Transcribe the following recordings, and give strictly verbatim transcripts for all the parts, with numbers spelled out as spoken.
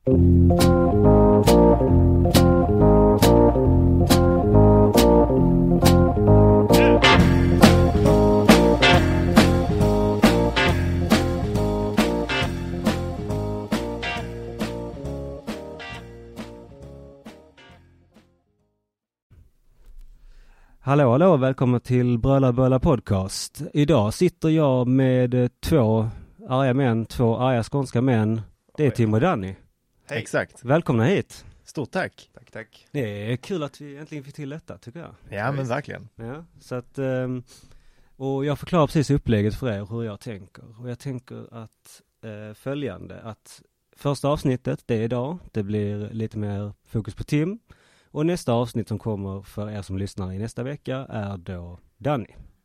Hallå, hallå, välkommen till Bröla Böla podcast. Idag sitter jag med två arga män, två arga skånska män. Det är Tim och Danny. Hej. Exakt. Välkomna hit. Stort tack. Tack, tack. Det är kul att vi äntligen fick till detta, tycker jag. Ja, ja men verkligen. Ja, så att, och jag förklarar precis upplägget för er hur jag tänker. Och jag tänker att äh, följande, att första avsnittet, det är idag. Det blir lite mer fokus på Tim. Och nästa avsnitt som kommer för er som lyssnar i nästa vecka är då Danny.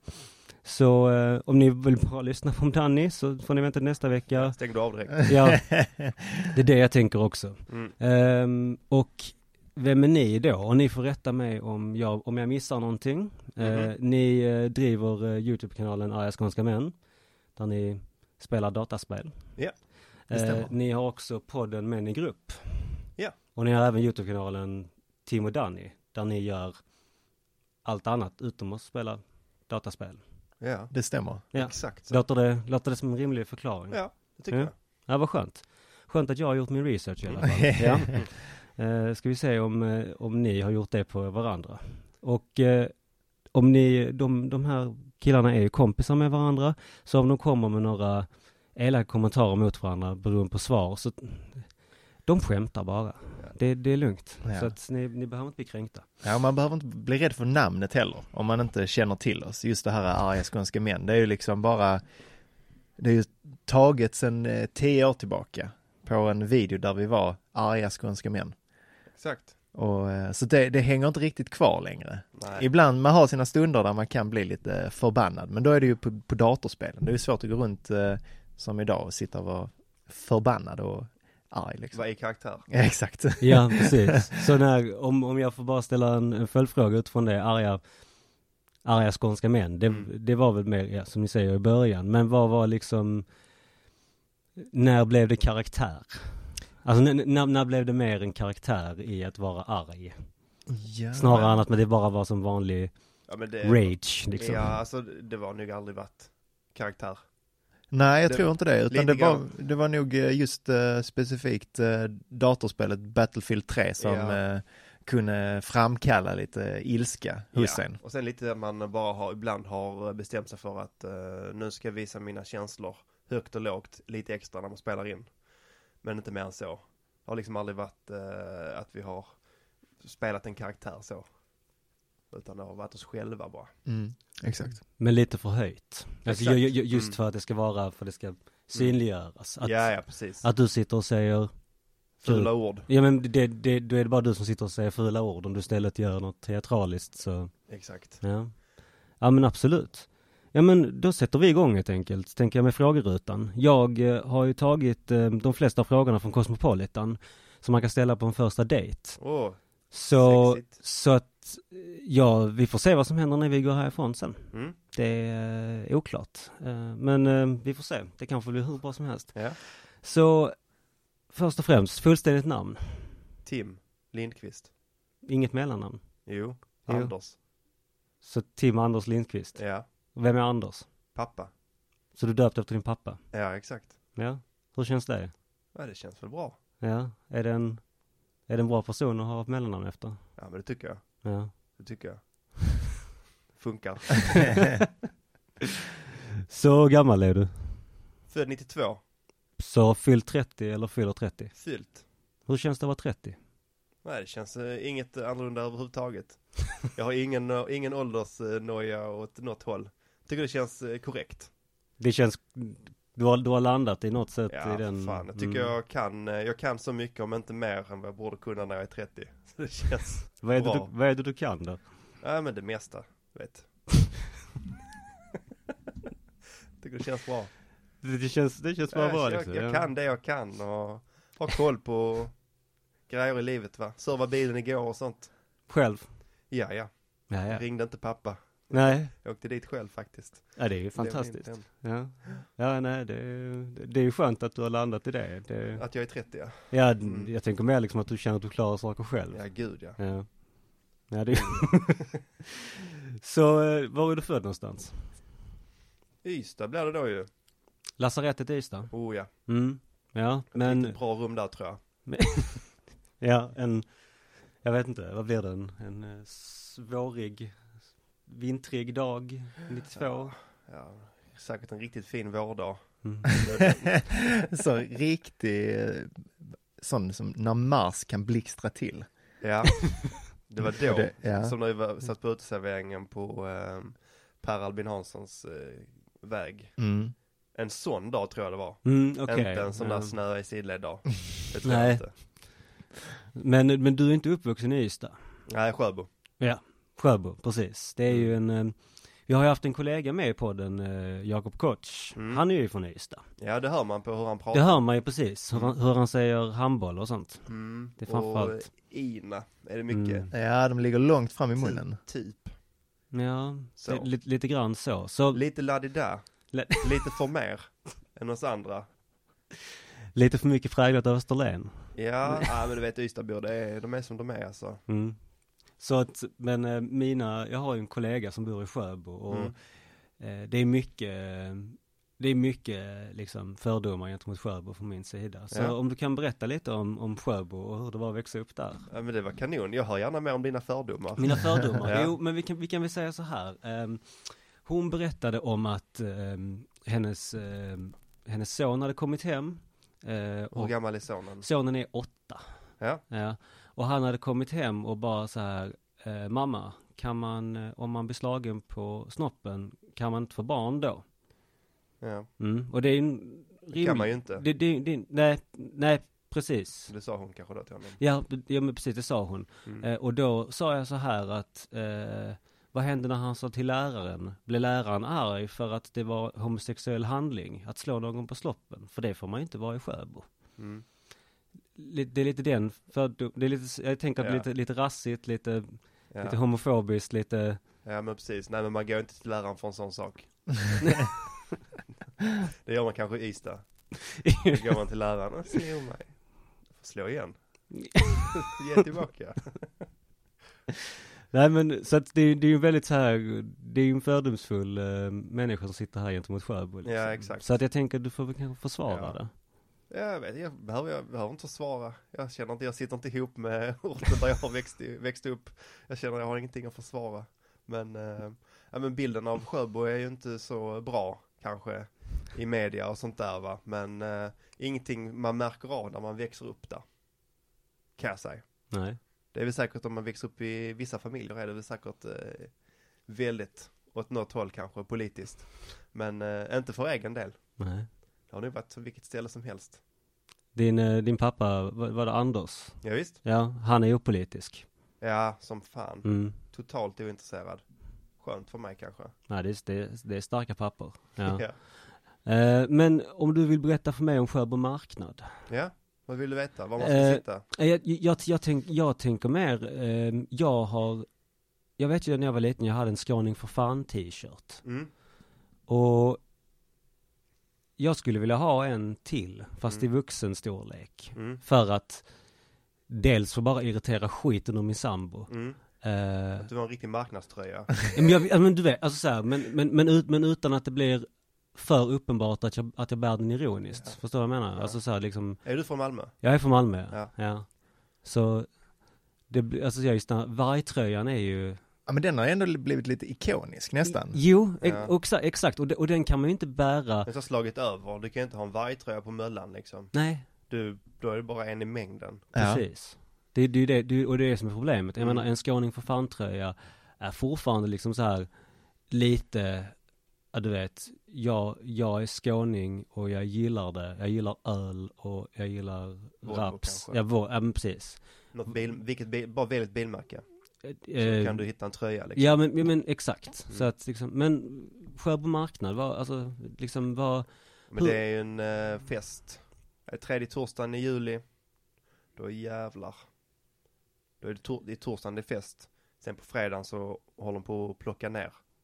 Så eh, om ni vill bara lyssna på Danny så får ni vänta nästa vecka. Stänger du av direkt? Ja, det är det jag tänker också. Mm. Um, och vem är ni då? Och ni får rätta mig om jag, om jag missar någonting. Mm-hmm. Uh, ni uh, driver uh, YouTube-kanalen Arga Skånska Män. Där ni spelar dataspel. Ja, yeah, uh, Ni har också podden Män i grupp. Ja. Yeah. Och ni har även YouTube-kanalen Tim och Danny, där ni gör allt annat utom att spela dataspel. Ja, det stämmer. Ja. Exakt. Så. Låter det, låter det som en rimlig förklaring? Ja, det tycker ja. jag. Ja, vad skönt. Skönt att jag har gjort min research i alla fall. Ja. Uh, ska vi se om, uh, om ni har gjort det på varandra. Och uh, om ni, de, de här killarna är ju kompisar med varandra, så om de kommer med några elaka kommentarer mot varandra beroende på svar, så de skämtar bara. Det, det är lugnt. Ja. Så att ni, ni behöver inte bli kränkta. Ja, man behöver inte bli rädd för namnet heller. Om man inte känner till oss. Just det här Arga Skånska Män. Det är ju liksom bara... Det är ju taget sedan eh, tio år tillbaka. På en video där vi var Arga Skånska Män. Exakt. Och, eh, så det, det hänger inte riktigt kvar längre. Nej. Ibland man har sina stunder där man kan bli lite förbannad. Men då är det ju på, på datorspelen. Det är ju svårt att gå runt eh, som idag och sitta och vara förbannad och arg liksom. Vad är karaktär? Ja, exakt. Ja, precis. Så när, om, om jag får bara ställa en, en följdfråga utifrån det, arga, arga skånska män, det, mm. det var väl mer, ja, som ni säger i början, men vad var liksom, när blev det karaktär? Alltså n- när, när blev det mer en karaktär i att vara arg? Ja, Snarare men... än att det bara var som vanlig ja, men det, rage liksom. Ja, alltså det var nog aldrig varit karaktär. Nej, jag det, tror inte det. Utan det var, grann. det var nog just uh, specifikt uh, datorspelet Battlefield tre som ja. uh, kunde framkalla lite ilska hos ja. en. Och sen lite man bara har, ibland har bestämt sig för att uh, nu ska jag visa mina känslor högt och lågt lite extra när man spelar in. Men inte mer än så. Det har liksom aldrig varit uh, att vi har spelat en karaktär så. Utan det har varit oss själva bara. Mm, exakt. Men lite för höjt. Alltså, ju, ju, just mm. för att det ska vara, för att det ska synliggöras. Att, ja, ja, precis. Att du sitter och säger fula du, ord. Ja, men det, det, då är det bara du som sitter och säger fula ord. Om du istället gör något teatraliskt så... Exakt. Ja, ja men absolut. Ja, men då sätter vi igång helt enkelt. Tänker jag med frågerutan. Jag eh, har ju tagit eh, de flesta frågorna från Cosmopolitan som man kan ställa på en första dejt. Åh, så, sexigt. så att ja, vi får se vad som händer när vi går härifrån sen. Mm. Det är eh, oklart. Eh, men eh, vi får se. Det kanske blir hur bra som helst. Ja. Så först och främst, fullständigt namn. Tim Lindqvist. Inget mellannamn. Jo, jo. Anders. Så Tim Anders Lindqvist. Ja. Vem är Anders? Pappa. Så du döpt efter din pappa? Ja, exakt. Ja. Hur känns det? Ja, det känns väl bra. Ja. Är det en, är det en bra person att ha ett mellannamn efter? Ja, men det tycker jag. Ja. Det tycker jag. Funkar. Så gammal är du? Född nittiotvå. Så fyllt trettio eller fyller trettio? Fyllt. Hur känns det att vara trettio? Nej, det känns uh, inget annorlunda överhuvudtaget. Jag har ingen, uh, ingen åldersnoja uh, åt något håll. Tycker det känns uh, korrekt. Det känns... Du har, du har landat i något sätt ja, i den... fan. Jag tycker mm. jag kan uh, jag kan så mycket om inte mer än vad jag borde kunna när jag är trettio. Så det känns vad är bra. Det du, vad är det du kan då? Ja, men det mesta, vet. Tycker det känns bra. Det, det känns, det känns bara ja, bra jag, liksom. jag ja. kan det jag kan och har koll på grejer i livet, va. Serva bilen igår och sånt. Själv? Ja, ja. Ja, ja. Ringde inte pappa. Nej. Jag åkte dit själv faktiskt. Ja, det är ju Det var fantastiskt. inte Ja, ja nej, det är, det är ju skönt att du har landat i det. det Att jag är trettio, ja. ja, Mm. jag tänker mer liksom att du känner att du klarar saker själv. Ja, gud ja. Ja, ja det Så, eh, var är du född någonstans? Ystad blir det då ju. Lasarettet i Ystad? Oh ja. Mm, ja, Men... men... Ett bra rum där tror jag. Ja, en... Jag vet inte, vad blir det? En, en eh, svårig, vintrig dag, nittiotvå? Ja, ja, säkert en riktigt fin vårdag. Mm. Så riktig, eh, sån som när Mars kan blixtra till. Ja, det var då Det, ja. som när vi var, satt på uteserveringen på eh, Per Albin Hanssons eh, väg. Mm. En sån dag tror jag det var. Mm, okej. Inte en sån där Ja. snö i sidled dag. Det tror Nej. jag inte. Men, men du är inte uppvuxen i Ystad? Nej, Sjöbo. Ja, Sjöbo, precis. Det är ju Mm. en... eh, Vi har ju haft en kollega med i podden, eh, Jakob Koch. Mm. Han är ju från Ystad. Ja, det hör man på hur han pratar. Det hör man ju precis, hur han, hur han säger handboll och sånt. Mm. Det är framförallt- Och Ina är det mycket. Mm. Ja, de ligger långt fram i munnen. Typ. Ja, Så. det, lite, lite grann så. så Lite laddida. Le- Lite för mer än oss andra. lite för mycket präglat av Österlen. Ja, ja, men du vet Ystadbor, det är, de är som de är alltså. Mm. Så att, men eh, mina, jag har ju en kollega som bor i Sjöbo och Mm. eh, det är mycket, det är mycket liksom fördomar gentemot Sjöbo från min sida. Så Ja. om du kan berätta lite om, om Sjöbo och hur det var att växa upp där. Ja, men det var kanon. Jag hör gärna mer om dina fördomar. Mina fördomar? Ja. Jo, men vi kan, vi kan väl säga så här. Ehm, hon berättade om att ehm, hennes, ehm, hennes son hade kommit hem. eh, Hur och gammal är sonen? sonen är åtta. Ja. Ja. Och han hade kommit hem och bara så här, eh, mamma, kan man, eh, om man blir slagen på snoppen, kan man inte få barn då? Ja. Mm. Och det är en Det kan man ju inte. Det, det, det, nej, nej, precis. Det sa hon kanske då till honom. Ja, ja men precis, det sa hon. Mm. Eh, och då sa jag så här att, eh, vad hände när han sa till läraren? Blev läraren arg för att det var homosexuell handling att slå någon på sloppen? För det får man ju inte vara i Sjöbo. Mm. Li- Det är lite den, för det är lite, jag tänker att det är Ja. lite, lite rassigt, lite, Ja. lite homofobiskt, lite... ja, men precis. Nej, men man går inte till läraren för en sån sak. Det gör man kanske i Ystad. Då går man till läraren och säger mig. Jag får slå igen. Ge tillbaka. Nej men, så att det, det är ju väldigt så här, det är ju en fördomsfull eh, människa som sitter här gentemot Sjöbo. Liksom. Ja, exakt. Så att jag tänker att du får väl kanske försvara Ja. det. Ja, jag vet, jag behöver, jag behöver inte försvara. Jag känner inte, jag sitter inte ihop med orten där jag har växt, i- växt upp. Jag känner att jag har ingenting att försvara. Men, eh, ja, men bilden av Sjöbo är ju inte så bra kanske i media och sånt där va. Men eh, ingenting man märker av när man växer upp där. Kan jag säga. Nej. Det är väl säkert om man växer upp i vissa familjer är det väl säkert eh, väldigt åt något håll kanske politiskt. Men eh, inte för egen del. Nej. Det har nog varit vilket ställe som helst. Din, eh, din pappa, var, var det Anders? Ja, visst. Ja, han är opolitisk. Ja, som fan. Mm. Totalt ointresserad. Skönt för mig kanske. Nej, det är, det, är, det är starka papper. Ja. Ja. Eh, men om du vill berätta för mig om Sjöbo marknad. Ja, vad vill du veta? Var man ska Eh, sitta? Eh, Jag, jag, jag, tänk, jag tänker mer, eh, jag har, jag vet ju när jag var liten, jag hade en skåning för fan t-shirt. Mm. Och jag skulle vilja ha en till, fast Mm. i vuxen storlek. Mm. För att dels få bara irritera skiten ur min sambo. Mm. Eh, Att du var en riktig marknadströja. men, jag, ja, men du vet, alltså så här, men, men, men, ut, men utan att det blir för uppenbart att jag, att jag bär den ironiskt. Ja. Förstår du vad jag menar? Ja. Alltså så här, liksom, Är du från Malmö? jag är från Malmö. Ja. Ja. Så, det blir, alltså jag just den här, vargtröjan är ju... Ja, men den har ändå blivit lite ikonisk nästan. Jo, Ja. ex- och, exa- exakt. Och, de, och den kan man ju inte bära... Den har slagit över. Du kan ju inte ha en vargtröja på möllan liksom. Nej, Du, då är det bara en i mängden. Ja. precis. Det, det, är det, det, och det är det som är problemet. Jag Mm. menar, en skåning för fan-tröja är fortfarande liksom så här lite... Ja, du vet, jag, jag är skåning och jag gillar det. Jag gillar öl och jag gillar Volvo raps. kanske. Ja, vo, ja, men precis. Något bil, vilket bil, bara välj ett bilmärke. Så Eh, kan du hitta en tröja liksom. Ja men, ja, men exakt. Mm. Så att liksom, men Sjöbo marknad, vad, alltså liksom vad... Men det är ju en eh, fest. Eh, Tredje torsdagen i juli. Då jävlar. Då är det, tor- det är torsdagen det är fest. Sen på fredagen så håller de på att plocka ner.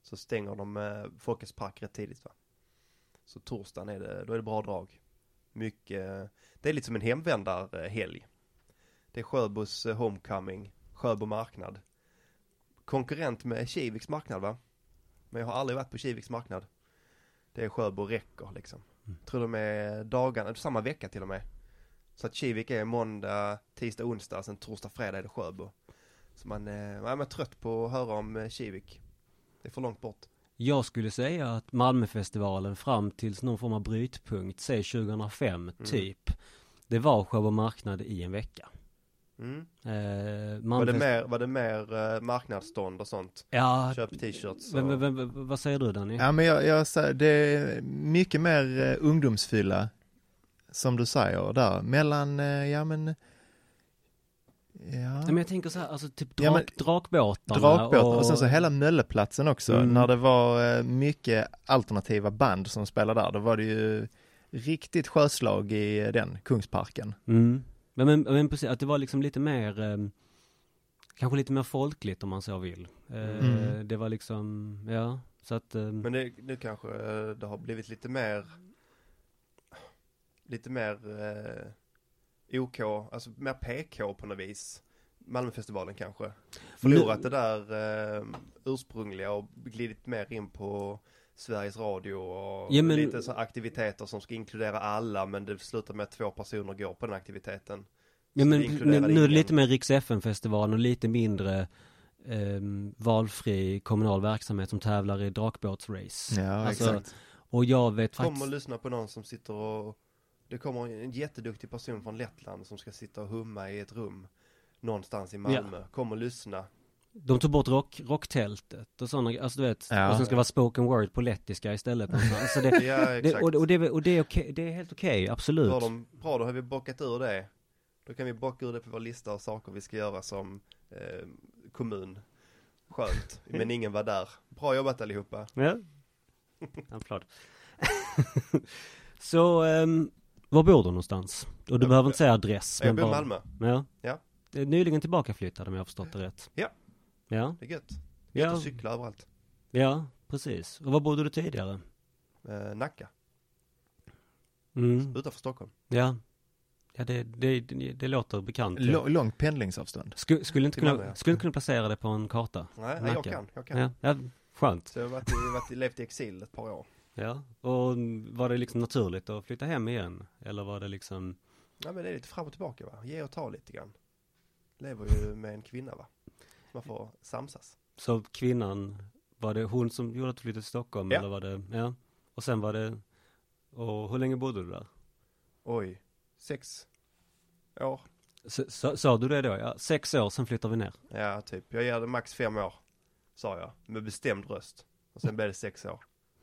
så stänger de eh, Folkets Park rätt tidigt, va. Så torsdagen är det, då är det bra drag. Mycket, det är lite som en hemvändarhelg. Det är Sjöbos eh, homecoming, Sjöbo marknad. Konkurrent med Kiviks marknad, va? Men jag har aldrig varit på Kiviks marknad. Det är Sjöbo räcker liksom. Mm. Tror de är dagarna, samma vecka till och med. Så att Kivik är måndag, tisdag, onsdag, sen torsdag, fredag är det Sjöbo. Så man, eh, man är trött på att höra om eh, Kivik. Det är för långt bort. Jag skulle säga att Malmöfestivalen fram tills någon form av brytpunkt, säg tjugohundrafem Mm. typ, det var Sjöbo marknad i en vecka. Mm. Eh, Var det Malmöfest- mer, var det mer eh, marknadsstånd och sånt? Ja, Köp t-shirts vem, och... vem, vem, vad säger du Danny? Ja, men jag, jag säger, det är mycket mer eh, ungdomsfylla, som du säger där, mellan, eh, ja men, ja, Nej, men jag tänker så här, alltså typ Ja, drak, men- drakbåtarna drakbåtar och... och sen så hela Mölleplatsen också, Mm. när det var eh, mycket alternativa band som spelade där, då var det ju riktigt sjöslag i eh, den Kungsparken. Mm. Men, men, men precis, att det var liksom lite mer, eh, kanske lite mer folkligt om man så vill. Eh, Mm. Det var liksom, ja, så att... Eh, Men det, nu kanske eh, det har blivit lite mer lite mer eh, OK, alltså mer P K på något vis. Malmöfestivalen kanske. Förlorat det där eh, ursprungliga och glidit mer in på Sveriges Radio och Ja, men- lite så aktiviteter som ska inkludera alla, men det slutar med att två personer går på den aktiviteten. ja, Så men det nu, inkluderar nu är det ingen. lite mer Riks F M-festivalen och lite mindre eh, valfri kommunal verksamhet som tävlar i drakbåtsrace. Ja, Alltså, exakt. Och jag vet Kom och faktiskt... lyssna på någon som sitter och det kommer en jätteduktig person från Lettland som ska sitta och humma i ett rum någonstans i Malmö. Kom och lyssna. De tog bort rock, rocktältet och sådana, alltså du vet, Ja. och sen ska det vara spoken word på lettiska istället. någonstans. Så det, Ja, det, exakt. och, och, det, och det är okej, det är helt okej, absolut. Då har de, bra, då har vi bockat ur det. Då kan vi bocka ur det på vår lista av saker vi ska göra som eh, kommun. Skönt, men ingen var där. Bra jobbat allihopa. Ja. Applåd. Så, um, var bor du någonstans? Och du Jag- behöver inte säga adress. Jag men bor i bara- Malmö. Ja. Ja. Det är nyligen tillbaka flyttade om jag har förstått det rätt. Ja. Ja. Det är gött. Gött Ja, att cykla överallt. ja, precis. Och var bodde du tidigare? Eh, Nacka, Mm. utanför Stockholm. Ja. Ja, det, det, det, det låter bekant. L- långt pendlingsavstånd. Skulle, skulle, inte Till Malmö, kunna, ja. skulle inte kunna placera det på en karta? Nej, nej jag Nacka. kan. Jag kan. Ja, ja, skönt. Så jag har varit, i- varit, i- levt i exil ett par år. Ja, och var det liksom naturligt att flytta hem igen? Eller var det liksom... Ja, men det är lite fram och tillbaka, va? Ge och ta lite grann. Lever ju med en kvinna, va? Så man får samsas. Så kvinnan, var det hon som gjorde att du flyttade till Stockholm? Ja. Eller var det, ja. Och sen var det, och hur länge bodde du där? Oj, sex år. S- sa, sa du det då? Ja, sex år, sen flyttar vi ner. Ja, typ. Jag ger det max fem år, sa jag. Med bestämd röst. Och sen blev det sex år.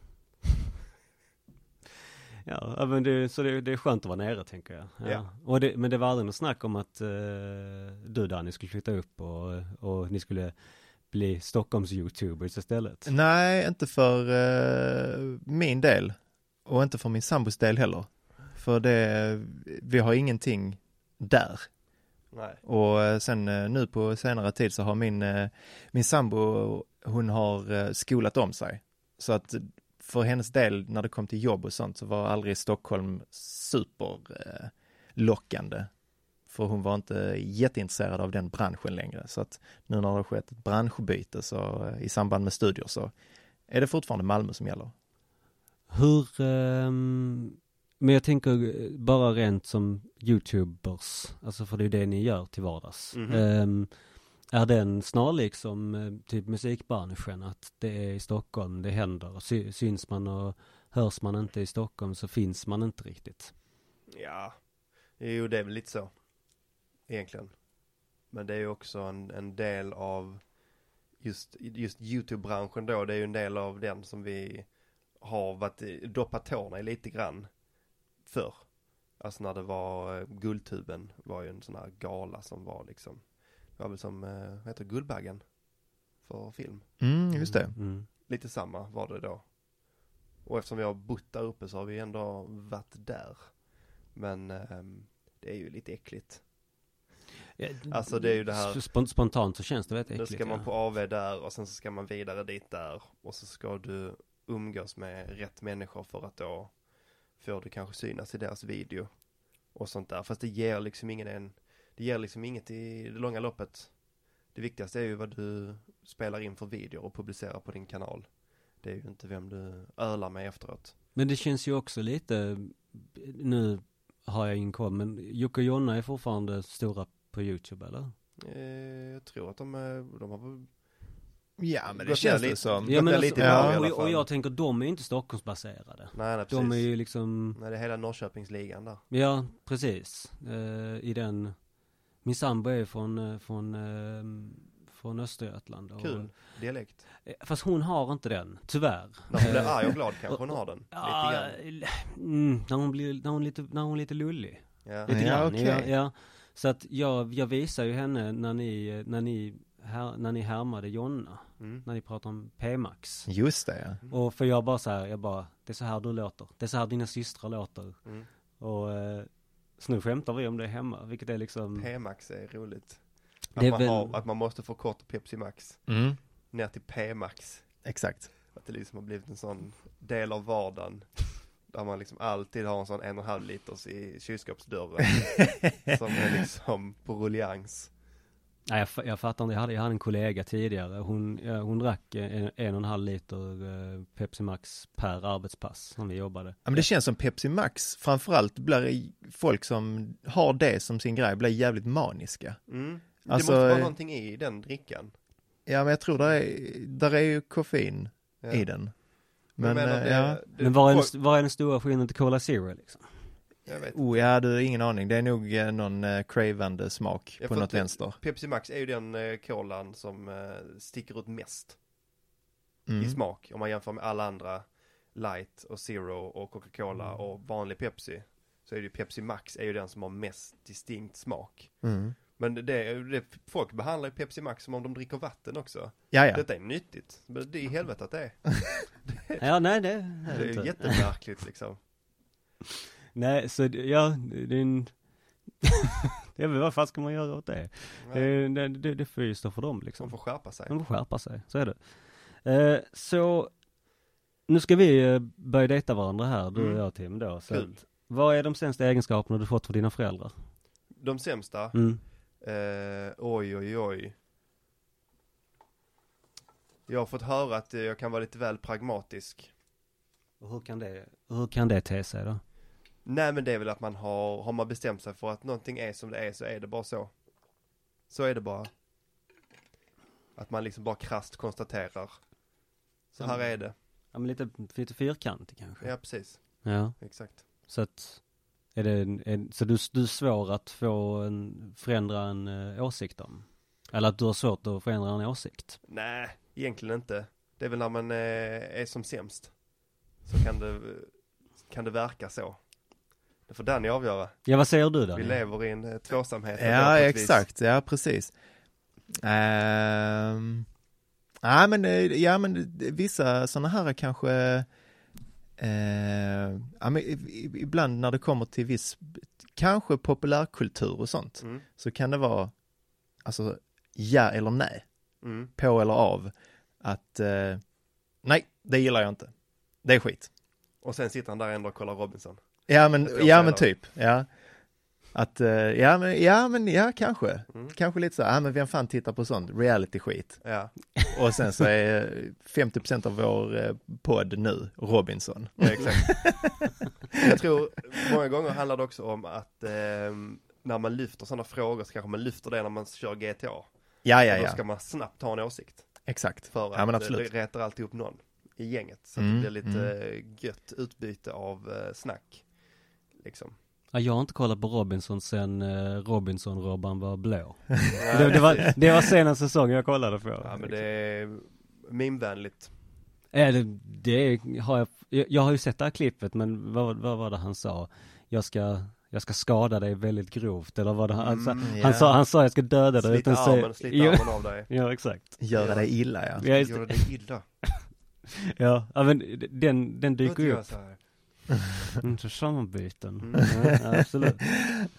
Ja, ja, men det, så det, det är skönt att vara nere, tänker jag. Ja. Ja. Och det, men det var aldrig något snack om att eh, du, Danny, skulle flytta upp och, och ni skulle bli Stockholms YouTubers istället? Nej, inte för eh, min del. Och inte för min sambos del heller. För det, vi har ingenting där. Nej. Och eh, sen eh, nu på senare tid så har min, eh, min sambo, hon har eh, skolat om sig. Så att för hennes del när det kom till jobb och sånt så var aldrig Stockholm super eh, lockande. För hon var inte jätteintresserad av den branschen längre. Så att nu när det har skett ett branschbyte så, eh, i samband med studier så är det fortfarande Malmö som gäller. Hur, ehm, men jag tänker bara rent som YouTubers, alltså för det är det ni gör till vardags. Mhm. Ehm, är den snarlik som eh, typ musikbranschen, att det är i Stockholm det händer? Sy- syns man och hörs man inte i Stockholm så finns man inte riktigt. Ja, jo det är väl lite så. Egentligen. Men det är ju också en, en del av just, just YouTube-branschen då. Det är ju en del av den som vi har varit i- doppat tårna i lite grann förr. Alltså när det var eh, Guldtuben var ju en sån här gala som var liksom, det var väl som, eh, vad heter det, Guldbaggen för film. Mm, just det. Mm. Lite samma var det då. Och eftersom vi har bott där uppe så har vi ändå varit där. Men ehm, det är ju lite äckligt. Alltså det är ju det här. Spont- spontant så känns det väldigt äckligt. Nu ska man ja. på A V där och sen så ska man vidare dit där. Och så ska du umgås med rätt människor för att då får du kanske synas i deras video. Och sånt där. Fast det ger liksom ingen en, det ger liksom inget i det långa loppet. Det viktigaste är ju vad du spelar in för video och publicerar på din kanal. Det är ju inte vem du ölar med efteråt. Men det känns ju också lite, nu har jag ingen koll, men Jocke och Jonna är fortfarande stora på YouTube, eller? Eh, jag tror att de, är, de har Ja, men det gått känns ner det lite. som. Ja, men lite alltså, i varv i ja, alla och, och fall. jag tänker, de är ju inte Stockholmsbaserade. Nej, nej, precis. De är ju liksom, Nej, det är hela Norrköpingsligan där. ja, precis. Eh, I den, min sambo är ju från, eh, från, eh, från Östergötland. Och, Kul, dialekt. eh, fast hon har inte den, tyvärr. När hon blir Eh, arg och glad kanske hon har den. Ja, Lite grann. mm, när hon blir, när hon lite, när hon är lite lullig. Ja. Lite Ja, grann, okej. ja, ja. Så att jag, jag visar ju henne när ni, när ni, här, när ni härmade Jonna. Mm. När ni pratar om P-Max. Just det, ja. Och för jag bara så här, jag bara, det är så här du låter. Det är så här dina systrar låter. Mm. Och eh, så nu skämtar vi om det hemma, vilket är liksom... P-Max är roligt. Att, Det är man väl- har, att man måste få kort Pepsi Max Mm, ner till P-Max. exakt. Att det liksom har blivit en sån del av vardagen. Där man liksom alltid har en sån en och en halv liters i kylskåpsdörren. Som är liksom på rullians. Nej, jag, fa- jag fattar inte. Jag hade, jag hade en kollega tidigare. Hon, ja, hon drack en, en och en halv liter eh, Pepsi Max per arbetspass när vi jobbade. Ja, men det känns som Pepsi Max, framförallt blir folk som har det som sin grej blir jävligt maniska. Mm. Det Alltså, måste vara eh, någonting i den drickan. Ja, men jag tror där är, där är ju koffein Ja. i den. Men, Men, menar, eh, det, ja. det, Men vad är, folk, den, vad är den stora skillnaden till Cola Zero liksom? jag vet. Oh, jag hade ingen aning. Det är nog eh, någon eh, cravande smak Jag på får något inte- vänster. Pepsi Max är ju den eh, kolan som eh, sticker ut mest Mm. i smak. Om man jämför med alla andra Light och Zero och Coca-Cola och vanlig Pepsi. Så är det ju Pepsi Max är ju den som har mest distinkt smak. Mm. Men det, det, folk behandlar ju Pepsi Max som om de dricker vatten också. Ja, ja. Detta är nyttigt. Men det är i helvete att det är. Ja, nej det Det är är ju inte. jättemärkligt liksom. Nej, så det- ja, det är en... jag vet, vad fan ska man göra åt det? Det, det, det, det får ju stå för dem Man liksom. får skärpa sig. Man får skärpa sig, så är det. Eh, så, nu ska vi eh, börja dejta varandra här, du Mm. och jag Tim då. Så Kul. att, vad är de sämsta egenskaperna du fått från dina föräldrar? De sämsta. Mm. Eh, oj, oj, oj. Jag har fått höra att eh, jag kan vara lite väl pragmatisk. Och hur kan det, hur kan det te sig då? Nej, men det är väl att man har, har man bestämt sig för att någonting är som det är, så är det bara så. Så är det bara. Att man liksom bara krasst konstaterar. Så här är det. Ja, men lite, lite fyrkantig kanske. Ja, precis. Ja, Exakt. så att, är det en, en, så du, du är svår att få en, förändra en uh, åsikt om? Eller att du har svårt att förändra en åsikt? Nej, egentligen inte. Det är väl när man eh, är som sämst. Så kan det, kan det verka så. Det får Danny avgöra. Ja, vad säger du då? Vi lever i en eh, tvåsamhet. Ja, på ett vis. exakt. Ja, precis. Ehm, ja, men, eh, ja, men det- vissa sådana här kanske eh, ja, men i- i- ibland när det kommer till viss kanske populärkultur och sånt Mm. så kan det vara alltså ja eller nej, Mm. på eller av att eh, nej, det gillar jag inte. Det är skit. Och sen sitter han där ändå och kollar Robinson. Ja men, Ett år ja, men senare. typ, ja. Att, eh, ja men, ja men, ja kanske. Mm. Kanske lite så här, ja men vem fan tittar på sånt? Reality-skit. Ja, Och sen så är femtio procent av vår eh, podd nu Robinson. ja exakt. Jag tror många gånger handlar det också om att eh, när man lyfter sådana frågor så kanske man lyfter det när man kör G T A. Ja, ja, Då ja. ska man snabbt ha en åsikt. Exakt. För att Ja men eh, absolut. det retar alltid upp någon i gänget. Så att Mm, det blir lite eh, gött utbyte av eh, snack. Liksom. Ja, jag har inte kollat på Robinson sen uh, Robinson-Robban var blå. Ja, det, det, var, precis. det var senaste säsongen jag kollade på. Ja, men det är meme-vänligt. Ja, det, det har jag, jag, jag har ju sett det här klippet, men vad, vad var det han sa? Jag ska, jag ska skada dig väldigt grovt, eller vad det han, Mm, han, ja. han sa? Han sa jag ska döda dig. Slita utan säga- armen, slita Ja, armen av dig. ja, exakt. Göra Ja. dig illa, ja. Ja, just Gör det. det illa. Ja, ja, men den, den dyker Låt ju göra upp. så här. Mm, så sammanbyten. Mm. Ja, ja, absolut.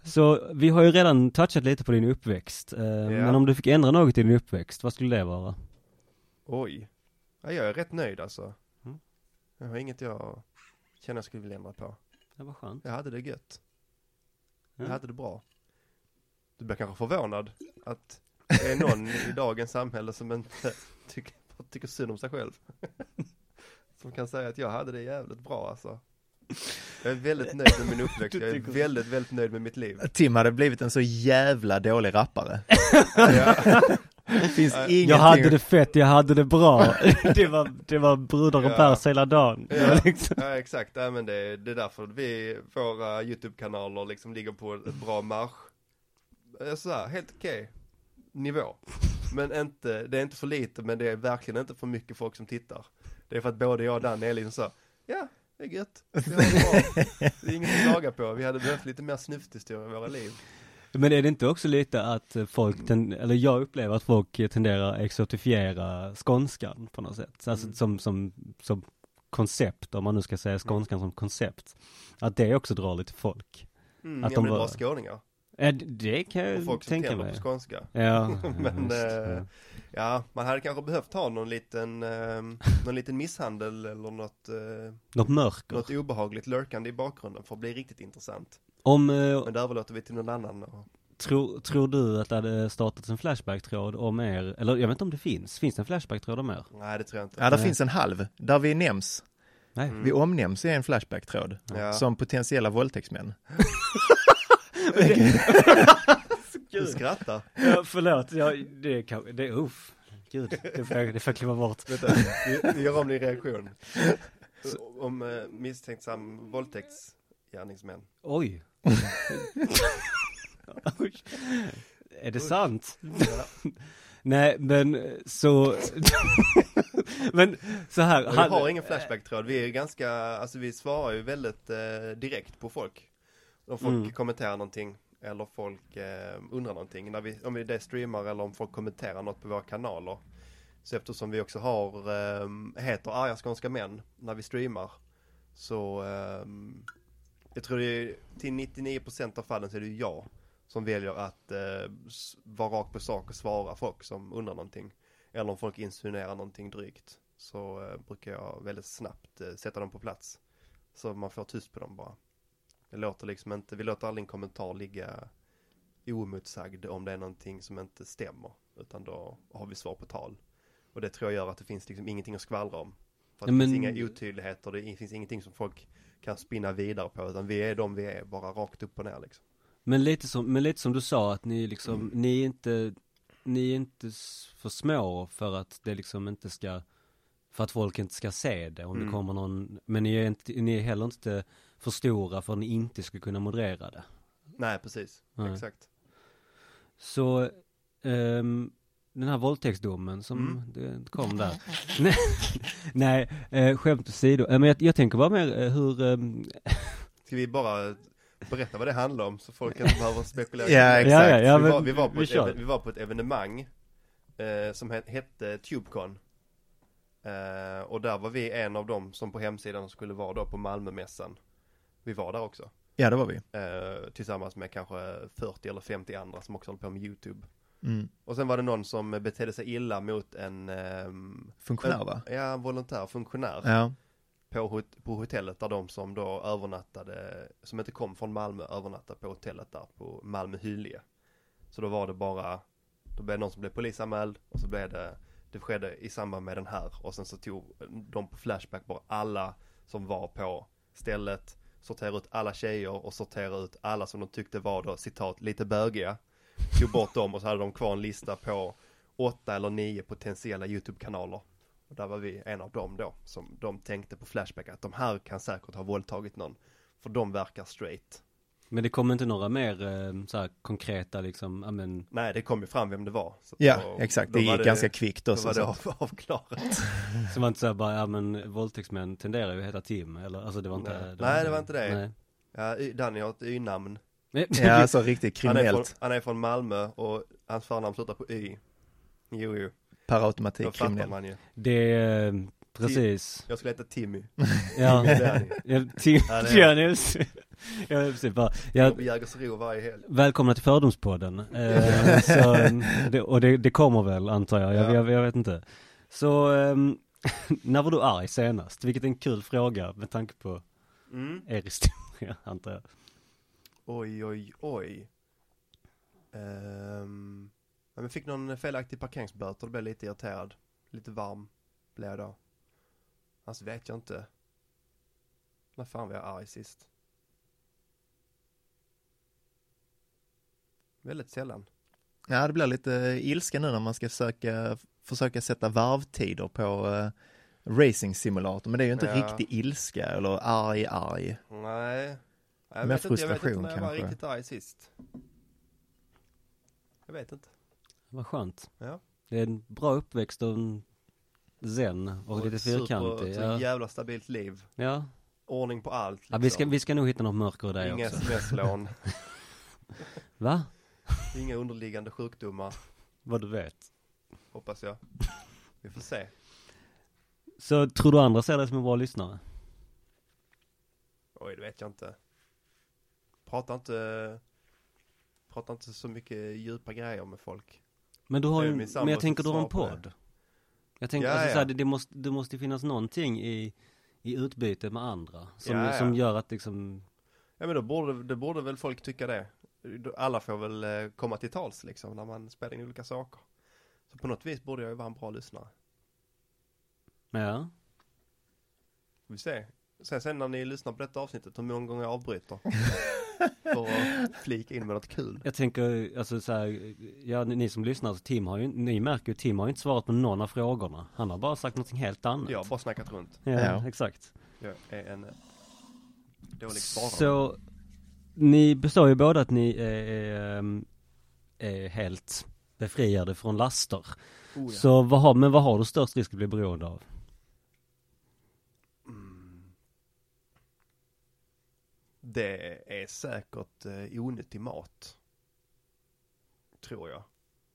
Så vi har ju redan touchat lite på din uppväxt. Eh, ja. Men om du fick ändra något i din uppväxt, vad skulle det vara? Oj. Ja, jag är rätt nöjd alltså. Mm. Jag har inget jag känner jag skulle vilja ändra på. Det var skönt. Jag hade det gött. Ja. Jag hade det bra. Du blir kanske förvånad att det är någon i dagens samhälle som inte tycker, tycker synd om sig själv. Som kan säga att jag hade det jävligt bra alltså. Jag är väldigt nöjd med min uppväxt. Jag är väldigt, väldigt nöjd med mitt liv. Tim hade blivit en så jävla dålig rappare. Ja. Finns Ja. ingenting. Jag hade det fett, jag hade det bra. det var det var brudar och Ja. bärs hela dagen. Det var Ja, liksom... ja exakt. Ja, men det, det är därför vi, våra YouTube-kanaler liksom ligger på ett bra marsch. Så här, helt okej nivå. Men inte, det är inte för lite, men det är verkligen inte för mycket folk som tittar. Det är för att både jag och Dan är liksom så, ja, det är gött. Vi har det bra. Det är inget att klaga på. Vi hade behövt lite mer snufthistoria i våra liv. Men är det inte också lite att folk, ten- eller jag upplever att folk tenderar att exotifiera skånskan på något sätt. Alltså Mm. som, som, som koncept, om man nu ska säga skånskan som koncept. Att det också drar lite folk. Mm, Att ja, de men det var- var skåningar. Äh, det kan jag Och folk som tänka tänder mig. på skånska. Ja, Men just, eh, ja. ja, man hade kanske behövt ha någon liten, eh, någon liten misshandel eller något, eh, Något mörker. något obehagligt lurkande i bakgrunden för att bli riktigt intressant. Om, eh, Men det överlåter vi till någon annan. Och... Tror, tror du att det hade startats en Flashback-tråd om er, eller jag vet inte om det finns, finns det en Flashback-tråd om er? Nej, det tror jag inte. Ja, där Nej. finns en halv. Där vi nämns. Nej. Mm. Vi omnämns i en Flashback-tråd. Ja. Som potentiella våldtäktsmän. Du skrattar. Ja, förlåt, jag, det kan, det är uff. Gud, det får, jag- det får jag klippa bort. Vänta, vi, vi gör om din reaktion. Om eh, misstänksam våldtäktsgärningsmän. Oj. Oj. Är det sant? Ja. Nej, men så... men så här... Vi han- har ingen Flashback-tråd. Vi är ganska, alltså vi svarar ju väldigt eh, direkt på folk. Om folk Mm. kommenterar någonting eller folk eh, undrar någonting. När vi, om vi det streamar eller om folk kommenterar något på våra kanaler. Så eftersom vi också har, eh, heter Arga Skånska Män när vi streamar. Så eh, jag tror det är till nittionio procent av fallen så är det ju jag som väljer att eh, s- vara rakt på sak och svara folk som undrar någonting. Eller om folk insinuerar någonting drygt. Så eh, brukar jag väldigt snabbt eh, sätta dem på plats. Så man får tyst på dem bara. Det låter liksom inte, vi låter aldrig en kommentar ligga oemotsagd om det är någonting som inte stämmer. Utan då har vi svar på tal. Och det tror jag gör att det finns liksom ingenting att skvallra om. För att Men- det finns inga otydligheter, det finns ingenting som folk kan spinna vidare på. Utan vi är de vi är, bara rakt upp och ner liksom. Men lite som, men lite som du sa, att ni liksom, ni är inte, ni är inte s- för små för att det liksom inte ska, för att folk inte ska se det om Mm. det kommer någon, men ni är inte, ni är heller inte för stora för att ni inte ska kunna moderera det. Nej, precis. Nej. Exakt. Så, ehm, den här våldtäktsdomen som Mm. det kom där. nej, nej eh, skämt åsido. Eh, men jag, jag tänker bara mer eh, hur, ehm, Ska vi bara berätta vad det handlar om så folk inte behöver spekulera? Ja, exakt. Ja, ja, ja, vi, men var, vi, var på vi ett kör. even, vi var på ett evenemang eh, som het, hette TubeCon. Eh, och där var vi en av dem som på hemsidan skulle vara då på Malmömässan. Vi var där också. Ja, det var vi. Eh, tillsammans med kanske fyrtio eller femtio andra som också håller på med YouTube. Mm. Och sen var det någon som betedde sig illa mot en... ehm, Funktionär, va? Ja, en volontär funktionär. Ja. På, hot- på hotellet där de som då övernattade, som inte kom från Malmö, övernattade på hotellet där på Malmö Hyllie. Så då var det bara, då blev det någon som blev polisanmäld och så blev det, det skedde i samband med den här. Och sen så tog de på Flashback bara alla som var på stället, sorterade ut alla tjejer och sorterade ut alla som de tyckte var då, citat, lite bögiga. Tog bort dem och så hade de kvar en lista på åtta eller nio potentiella YouTube-kanaler. Och där var vi en av dem då, som de tänkte på Flashback att de här kan säkert ha våldtagit någon. För de verkar straight. men det kommer inte några mer eh, så här konkreta liksom, ja men, Nej, det kom ju fram vem det var. Så Ja, då- exakt. då Det var gick ganska kvickt Då också. var det Så. av, avklarat. som var inte så här bara, ja men våldtäktsmän tenderar ju att heta Tim, eller alltså det var inte... Nej. Nej, det var inte det. Nej. Ja, Y- Danny har ett Y-namn. Ja, alltså riktigt Han är, från, kriminellt. han är från Malmö och hans förnamn slutar på Y. Jo, jo. Per Då automatik fattar kriminell. man ju. Det är, eh, precis. Jag skulle heta Timmy. Ja, Danny. ja Tim, Ja, det är- Janus. Ja, precis, bara, Jag jag, Jägersro varje helg. välkomna till Fördomspodden. Eh, så, det, och det, det kommer väl, antar jag. Jag, Ja. jag, jag vet inte. Så, ehm, när var du arg senast? Vilket är en kul fråga med tanke på Mm. er historia, antar jag. Oj, oj, oj. Um, jag fick någon felaktig parkeringsböter och blev lite irriterad. Lite varm blev jag då. Alltså vet jag inte. När fan var jag arg sist? Väldigt sällan. Ja, det blir lite ilska nu när man ska försöka, försöka sätta varvtider på uh, racing simulator, men det är ju inte Ja. riktig ilska eller arg, arg. Nej. Jag Med vet inte, jag vet inte frustration när jag var kanske. riktigt arg sist. Jag vet inte. Vad skönt. Ja. Det är en bra uppväxt och en zen och, lite super- fyrkantig. så Ja. jävla stabilt liv. Ja. Ordning på allt. Ja, vi ska, vi ska nog hitta något mörker i dig Inga också. sms-lån. Va? Inga underliggande sjukdomar. Vad du vet. Hoppas jag. Vi får se. Så tror du andra ser dig som en bra lyssnare? Oj, det vet jag inte. Prata inte Prata inte så mycket djupa grejer med folk. Men du har Det är ju, min sambo men jag som tänker du har en svar på det. podd. Jag tänker Ja, alltså ja. så här, det, det måste det måste finnas någonting i i utbyte med andra som Ja, ja. som gör att liksom Ja, men då borde, det borde väl folk tycka det. Alla får väl eh, komma till tals liksom när man spelar in olika saker. Så på något vis borde jag ju vara en bra lyssnare. ja. Vi ser. Sen, sen när ni lyssnar på detta avsnittet, hur många gånger jag avbryter. För att flika in med något kul. Jag tänker alltså så här, ja ni, ni som lyssnar, så Tim har ju, ni märker ju Tim har ju inte svarat på någon av frågorna. Han har bara sagt någonting helt annat. Jag har bara snackat runt. Ja, Ja. exakt. Jag är en eh, dålig svarare. Så ni består ju båda att ni är, är, ehm, är helt befriade från laster. Oh, ja. Så vad har, men vad har du störst risk att bli beroende av? Mm. Det är säkert eh, onyttig mat. Tror jag.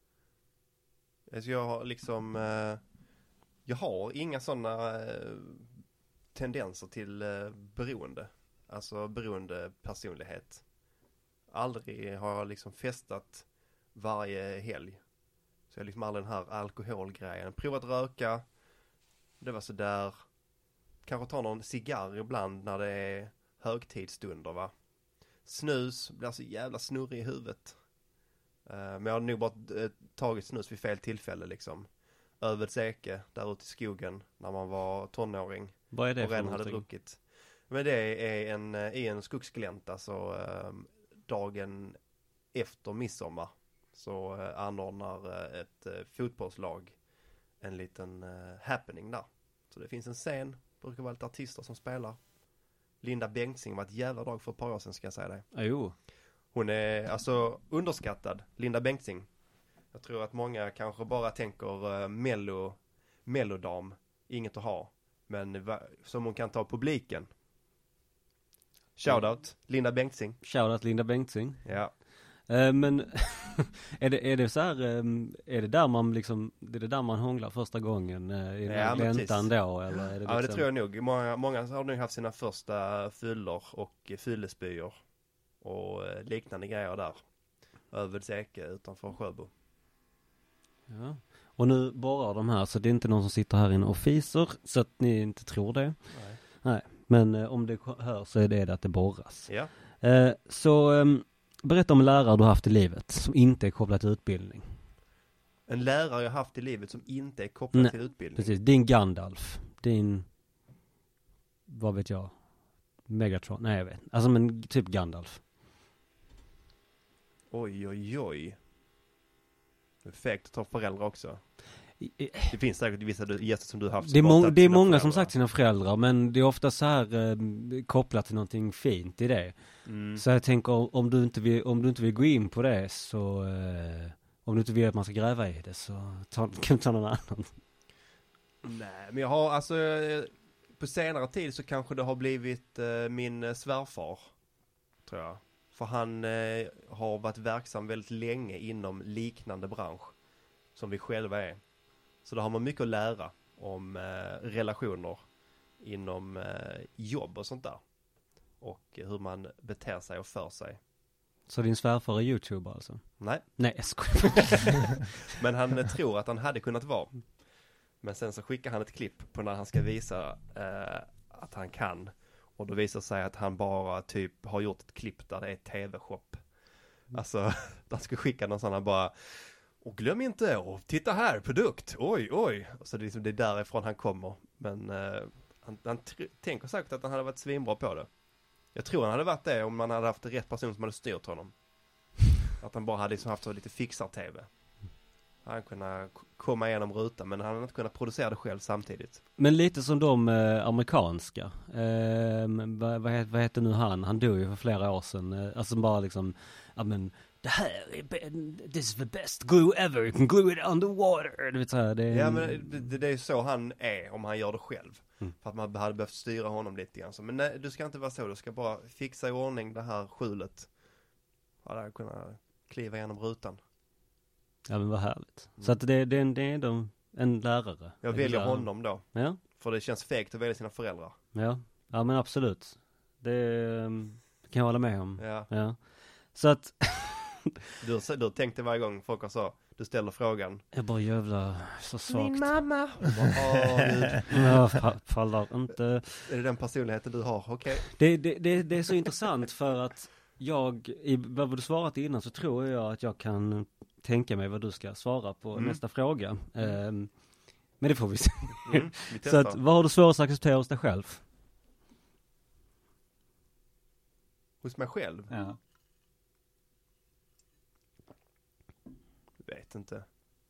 Alltså jag har liksom eh, jag har inga sådana eh, tendenser till eh, beroende. Alltså beroende personlighet. Aldrig har jag liksom festat varje helg. Så jag har liksom aldrig den här alkoholgrejen. Provat röka. Det var så där. Kanske ta någon cigarr ibland när det är högtidsstunder, va. Snus blir så jävla snurrig i huvudet. Uh, men jag har nog bara uh, tagit snus vid fel tillfälle liksom. Övedseke där ute i skogen när man var tonåring. Vad är det Och för redan hade någonting? druckit. Men det är en, uh, i en skogsglänta så uh, dagen efter midsommar så uh, anordnar uh, ett uh, fotbollslag en liten uh, happening där. Så det finns en scen, brukar vara lite artister som spelar. Linda Bengtzing var ett jävla drag för ett par år sedan, ska jag säga det. Ah, jo. Hon är alltså underskattad, Linda Bengtzing. Jag tror att många kanske bara tänker uh, mello, mellodam, inget att ha. Men va, som hon kan ta publiken. Shoutout, Linda Bengtzing. Shoutout Linda Bengtzing. Ja. Eh, men är det är det så här, eh, är det där man liksom, är det där man hånglar första gången eh, i den Ja, här men gläntan precis. då, eller är det Ja, det liksom... tror jag nog. Många, många har nog haft sina första fyllor och fyllespyor och eh, liknande grejer där. Övedseke utanför Sjöbo. Ja. Och nu borrar de här, så det är inte någon som sitter här inne och fiser, så att ni inte tror det. Nej. Nej, men eh, om det hör så är det det att det borras. Ja. Eh, så eh, berätta om en lärare du har haft i livet som inte är kopplad till utbildning. En lärare jag haft i livet som inte är kopplad Nej, till utbildning. Precis, din Gandalf, din, vad vet jag, Megatron, nej jag vet, alltså men typ Gandalf. Oj, oj, oj. Det är fegt att ta föräldrar också. I- i- Det finns säkert vissa du- gäster som du har haft. Det är, som bara må- tagit det är sina många som föräldrar. sagt sina föräldrar, men det är ofta så här eh, kopplat till någonting fint i det. Mm. Så jag tänker, om du inte vill, om du inte vill gå in på det, så eh, om du inte vill att man ska gräva i det, så ta, kan du ta någon annan. Nej, men jag har alltså eh, på senare tid så kanske det har blivit eh, min eh, svärfar, tror jag. För han eh, har varit verksam väldigt länge inom liknande bransch som vi själva är. Så då har man mycket att lära om eh, relationer inom eh, jobb och sånt där. och hur man beter sig och för sig. Så din svärfar är YouTuber alltså? Nej. Nej, jag skojar. Men han eh, tror att han hade kunnat vara. Men sen så skickar han ett klipp på när han ska visa eh, att han kan. Och då visar sig att han bara typ har gjort ett klipp där det är tv-shop. Mm. Alltså, han ska skicka någon sån här bara, och glöm inte, och titta här, produkt, oj, oj. Och så det är, liksom, det är därifrån han kommer. Men eh, han, han tr- tänker säkert att han hade varit svinbra på det. Jag tror han hade varit det om man hade haft rätt person som hade styrt honom. Att han bara hade liksom haft så lite fixar-tv. Han kunde k- komma igenom rutan, men han hade inte kunnat producera det själv samtidigt. Men lite som de eh, amerikanska. Eh, vad, vad, heter, vad heter nu han? Han dog ju för flera år sedan. Eh, alltså bara liksom, ja men, det här är, be- this is the best glue ever. You can glue it underwater. Du vet så här, det är, Ja, men det, det, det är så han är om han gör det själv. Mm. För att man hade behövt styra honom lite grann. Så, men nej, du ska inte vara så. Du ska bara fixa i ordning det här skjulet. Hade han kunnat kliva igenom rutan. Ja men vad härligt. Mm. Så att det, det, det är de, en lärare. Jag En väljer lärare. honom då. Ja, För det känns fegt att välja sina föräldrar. ja. Ja men absolut. Det eh, kan jag hålla med om. Ja. Ja. Så att, Du, du tänkte varje gång folk har så. Du ställer frågan. jag bara jävla så svagt. mamma. Och bara, åh, Gud. Jag fa- fallar inte. Är det den personligheten du har? Okej. Det, det, det, det är så intressant för att jag, i vad du svarat innan så tror jag att jag kan tänka mig vad du ska svara på Mm. nästa fråga. Um, men det får vi se. Mm, vi Så testar. att, vad har du svårast att acceptera hos dig själv? Hos mig själv? Ja. Vet inte.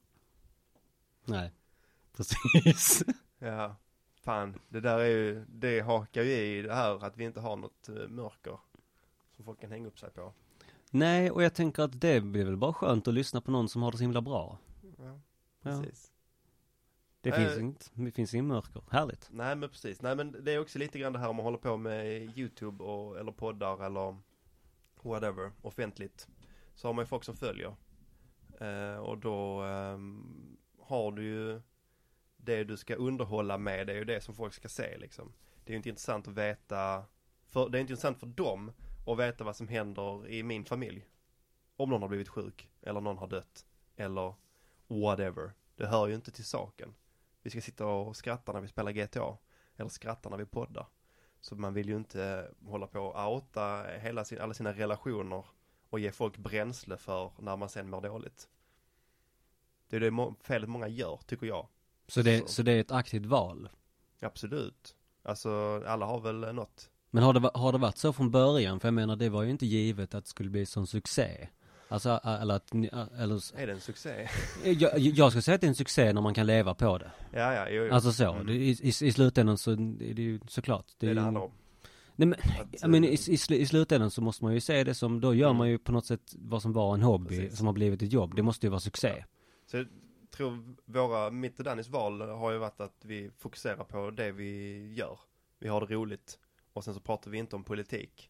Nej, precis. Ja, fan. Det där är ju, det hakar ju i det här att vi inte har något uh, mörker som folk kan hänga upp sig på. Nej, och jag tänker att det blir väl bara skönt att lyssna på någon som har det så himla bra. Ja, Ja. precis. Det, Eh. finns inget, det finns ingen mörker. Härligt. Nej, men precis. Nej, men det är också lite grann det här om man håller på med YouTube och, eller poddar eller whatever, offentligt. Så har man ju folk som följer. Eh, och då ehm, har du ju det du ska underhålla med, det är ju det som folk ska se liksom. Det är ju inte intressant att veta, för, det är inte intressant för dem att veta vad som händer i min familj. Om någon har blivit sjuk, eller någon har dött, eller whatever. Det hör ju inte till saken. Vi ska sitta och skratta när vi spelar G T A, eller skratta när vi poddar. Så man vill ju inte hålla på och outa hela sin, alla sina relationer och ge folk bränsle för när man sen mår dåligt. Det är det må- felet många gör, tycker jag. Så det, Så. så det är ett aktivt val. Absolut. Alltså, alla har väl något. Men har det, va- har det varit så från början? För jag menar, det var ju inte givet att det skulle bli sån succé. Alltså, ä- eller att, ni- ä- eller, Är det en succé? jag, jag skulle säga att det är en succé när man kan leva på det. Ja, ja, jo, jo. Alltså så, Mm. det, i, i, i slutändan så är det ju såklart. Det är det ju- handlar om. Nej men, Att, jag menar, i, eh, i, sl- i slutändan så måste man ju se det som, då gör Mm. man ju på något sätt vad som var en hobby, Precis. som har blivit ett jobb. Det måste ju vara succé. Så jag tror våra, mitt och Dannys val har ju varit att vi fokuserar på det vi gör. Vi har det roligt. Och sen så pratar vi inte om politik.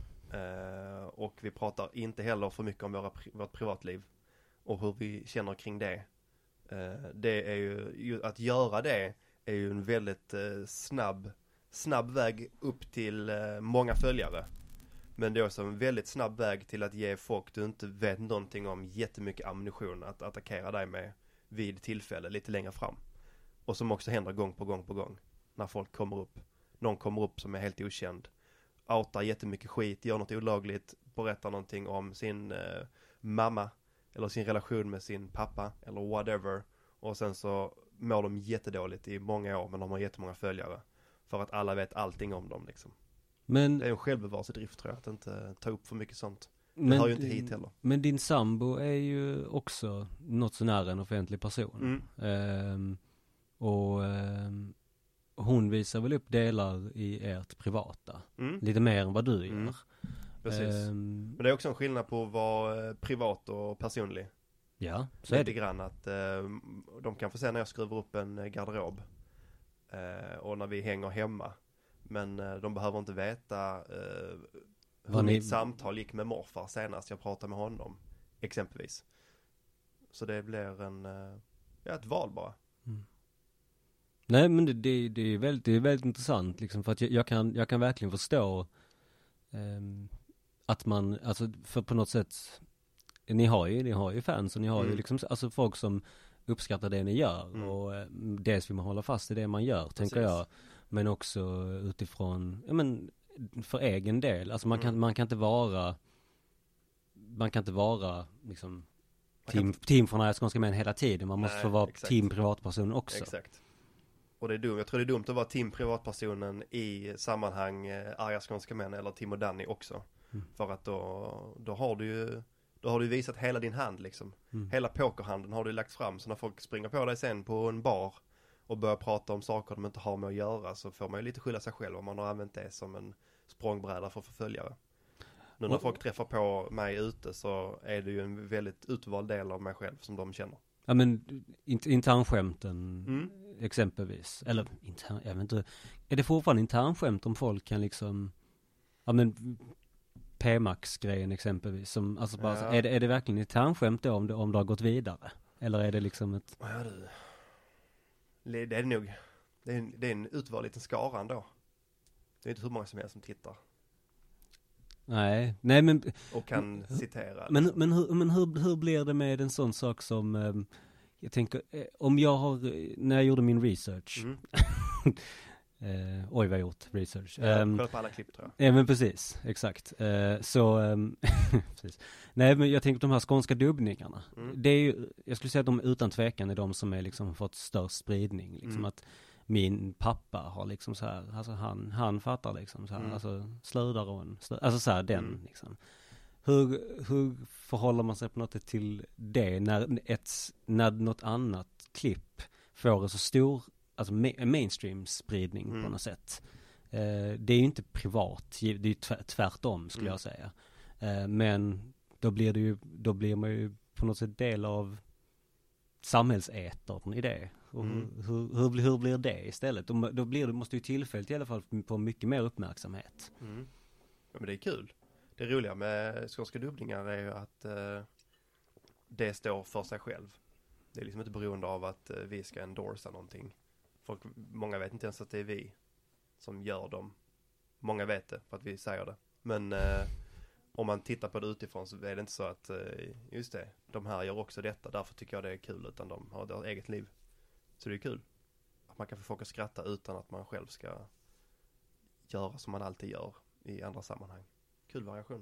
Eh, och vi pratar inte heller för mycket om våra, pri- vårt privatliv. Och hur vi känner kring det. Eh, det är ju, ju, att göra det är ju en väldigt eh, snabb, snabb väg upp till eh, många följare. Men det är också en väldigt snabb väg till att ge folk du inte vet någonting om jättemycket ammunition att attackera dig med vid tillfälle lite längre fram. Och som också händer gång på gång på gång. När folk kommer upp. Någon kommer upp som är helt okänd. Outar jättemycket skit, gör något olagligt, berättar någonting om sin eh, mamma. Eller sin relation med sin pappa. Eller whatever. Och sen så mår de jättedåligt i många år, men de har jättemånga följare. För att alla vet allting om dem liksom. Men, Det är en självbevarelsedrift tror jag, att inte ta upp för mycket sånt. Det men, hör ju inte hit heller. men din sambo är ju också något sånär en offentlig person. Mm. Ehm, och ehm, hon visar väl upp delar i ert privata. Mm. Lite mer än vad du gör. Mm. Precis. Ehm, Men det är också en skillnad på att vara eh, privat och personlig. ja, så är Lite det. grann att eh, de kan få se när jag skruvar upp en eh, garderob. Eh, och när vi hänger hemma. Men eh, de behöver inte veta eh, hur Vad ni- mitt samtal gick med morfar senast jag pratade med honom. Exempelvis. Så det blir en, eh, ja, ett val bara. Nej men det, det, det är väldigt, det är väldigt intressant liksom, för att jag, jag kan, jag kan verkligen förstå um, att man, alltså för på något sätt, ni har ju, ni har ju fans och ni har Mm. ju liksom, alltså folk som uppskattar det ni gör Mm. och eh, dels vill man hålla fast i det man gör, tänker Precis. jag, men också utifrån, ja men för egen del, alltså man kan, Mm. man kan inte vara man kan inte vara liksom Man kan team, inte- team från Skånska Män hela tiden, man måste Nej, få vara exakt. team privatperson också. Exakt. Och det är dumt, jag tror det är dumt att vara team privatpersonen i sammanhang eh, Arga Skånska Män eller Tim och Danny också. Mm. För att då, då har du ju då har du visat hela din hand liksom. Mm. Hela pokerhanden har du lagt fram, så när folk springer på dig sen på en bar och börjar prata om saker de inte har med att göra, så får man ju lite skylla sig själv om man har använt det som en språngbräda för förföljare. Nu när Och- folk träffar på mig ute så är det ju en väldigt utvald del av mig själv som de känner. Ja men in, internskämten Mm. exempelvis, eller intern, jag vet inte, är det fortfarande internskämt om folk kan liksom, ja men P-Max-grejen exempelvis, som, alltså bara, Ja. är, det, är det verkligen internskämt då om det, om det har gått vidare? Eller är det liksom ett, Ja du. Det det är det nog. Det är en, det är en utvald liten skara ändå. Det är inte hur många som helst som tittar nej, nej men, och kan citera. men, liksom. men, hur, men hur, hur blir det med en sån sak som, ehm, jag tänker, eh, om jag har, eh, när jag gjorde min research, Mm. eh, oj vad jag gjort research. Ja, Ehm, kolla på alla klipp tror jag. Ja men precis, exakt. Eh, så, ehm, precis. Nej men jag tänker på de här skånska dubbningarna. Mm. Det är ju, jag skulle säga att de utan tvekan är de som är liksom fått störst spridning. Liksom Mm. att min pappa har liksom så här, alltså han, han fattar liksom så här, Mm. alltså slödaron, slö, alltså så här den Mm. liksom. Hur, hur förhåller man sig på något sätt till det när ett, när något annat klipp får en så stor, alltså ma- mainstream spridning Mm. på något sätt? Eh, det är ju inte privat, det är ju tvärt, tvärtom skulle Mm. jag säga. Eh, men då blir det ju, då blir man ju på något sätt del av samhällsätern i det. Och Mm. hur, hur, hur, blir- hur blir det istället? Då, då blir det, måste ju tillfället i alla fall på mycket mer uppmärksamhet. Mm. Ja, men det är kul. Det roliga med skånska dubbningar är ju att eh, det står för sig själv. Det är liksom inte beroende av att eh, vi ska endorsa någonting. Folk, många vet inte ens att det är vi som gör dem. Många vet det för att vi säger det. Men eh, om man tittar på det utifrån så är det inte så att, eh, just det, de här gör också detta, därför tycker jag det är kul, utan de har deras eget liv. Så det är kul. Att man kan få folk att skratta utan att man själv ska göra som man alltid gör i andra sammanhang. Kul variation.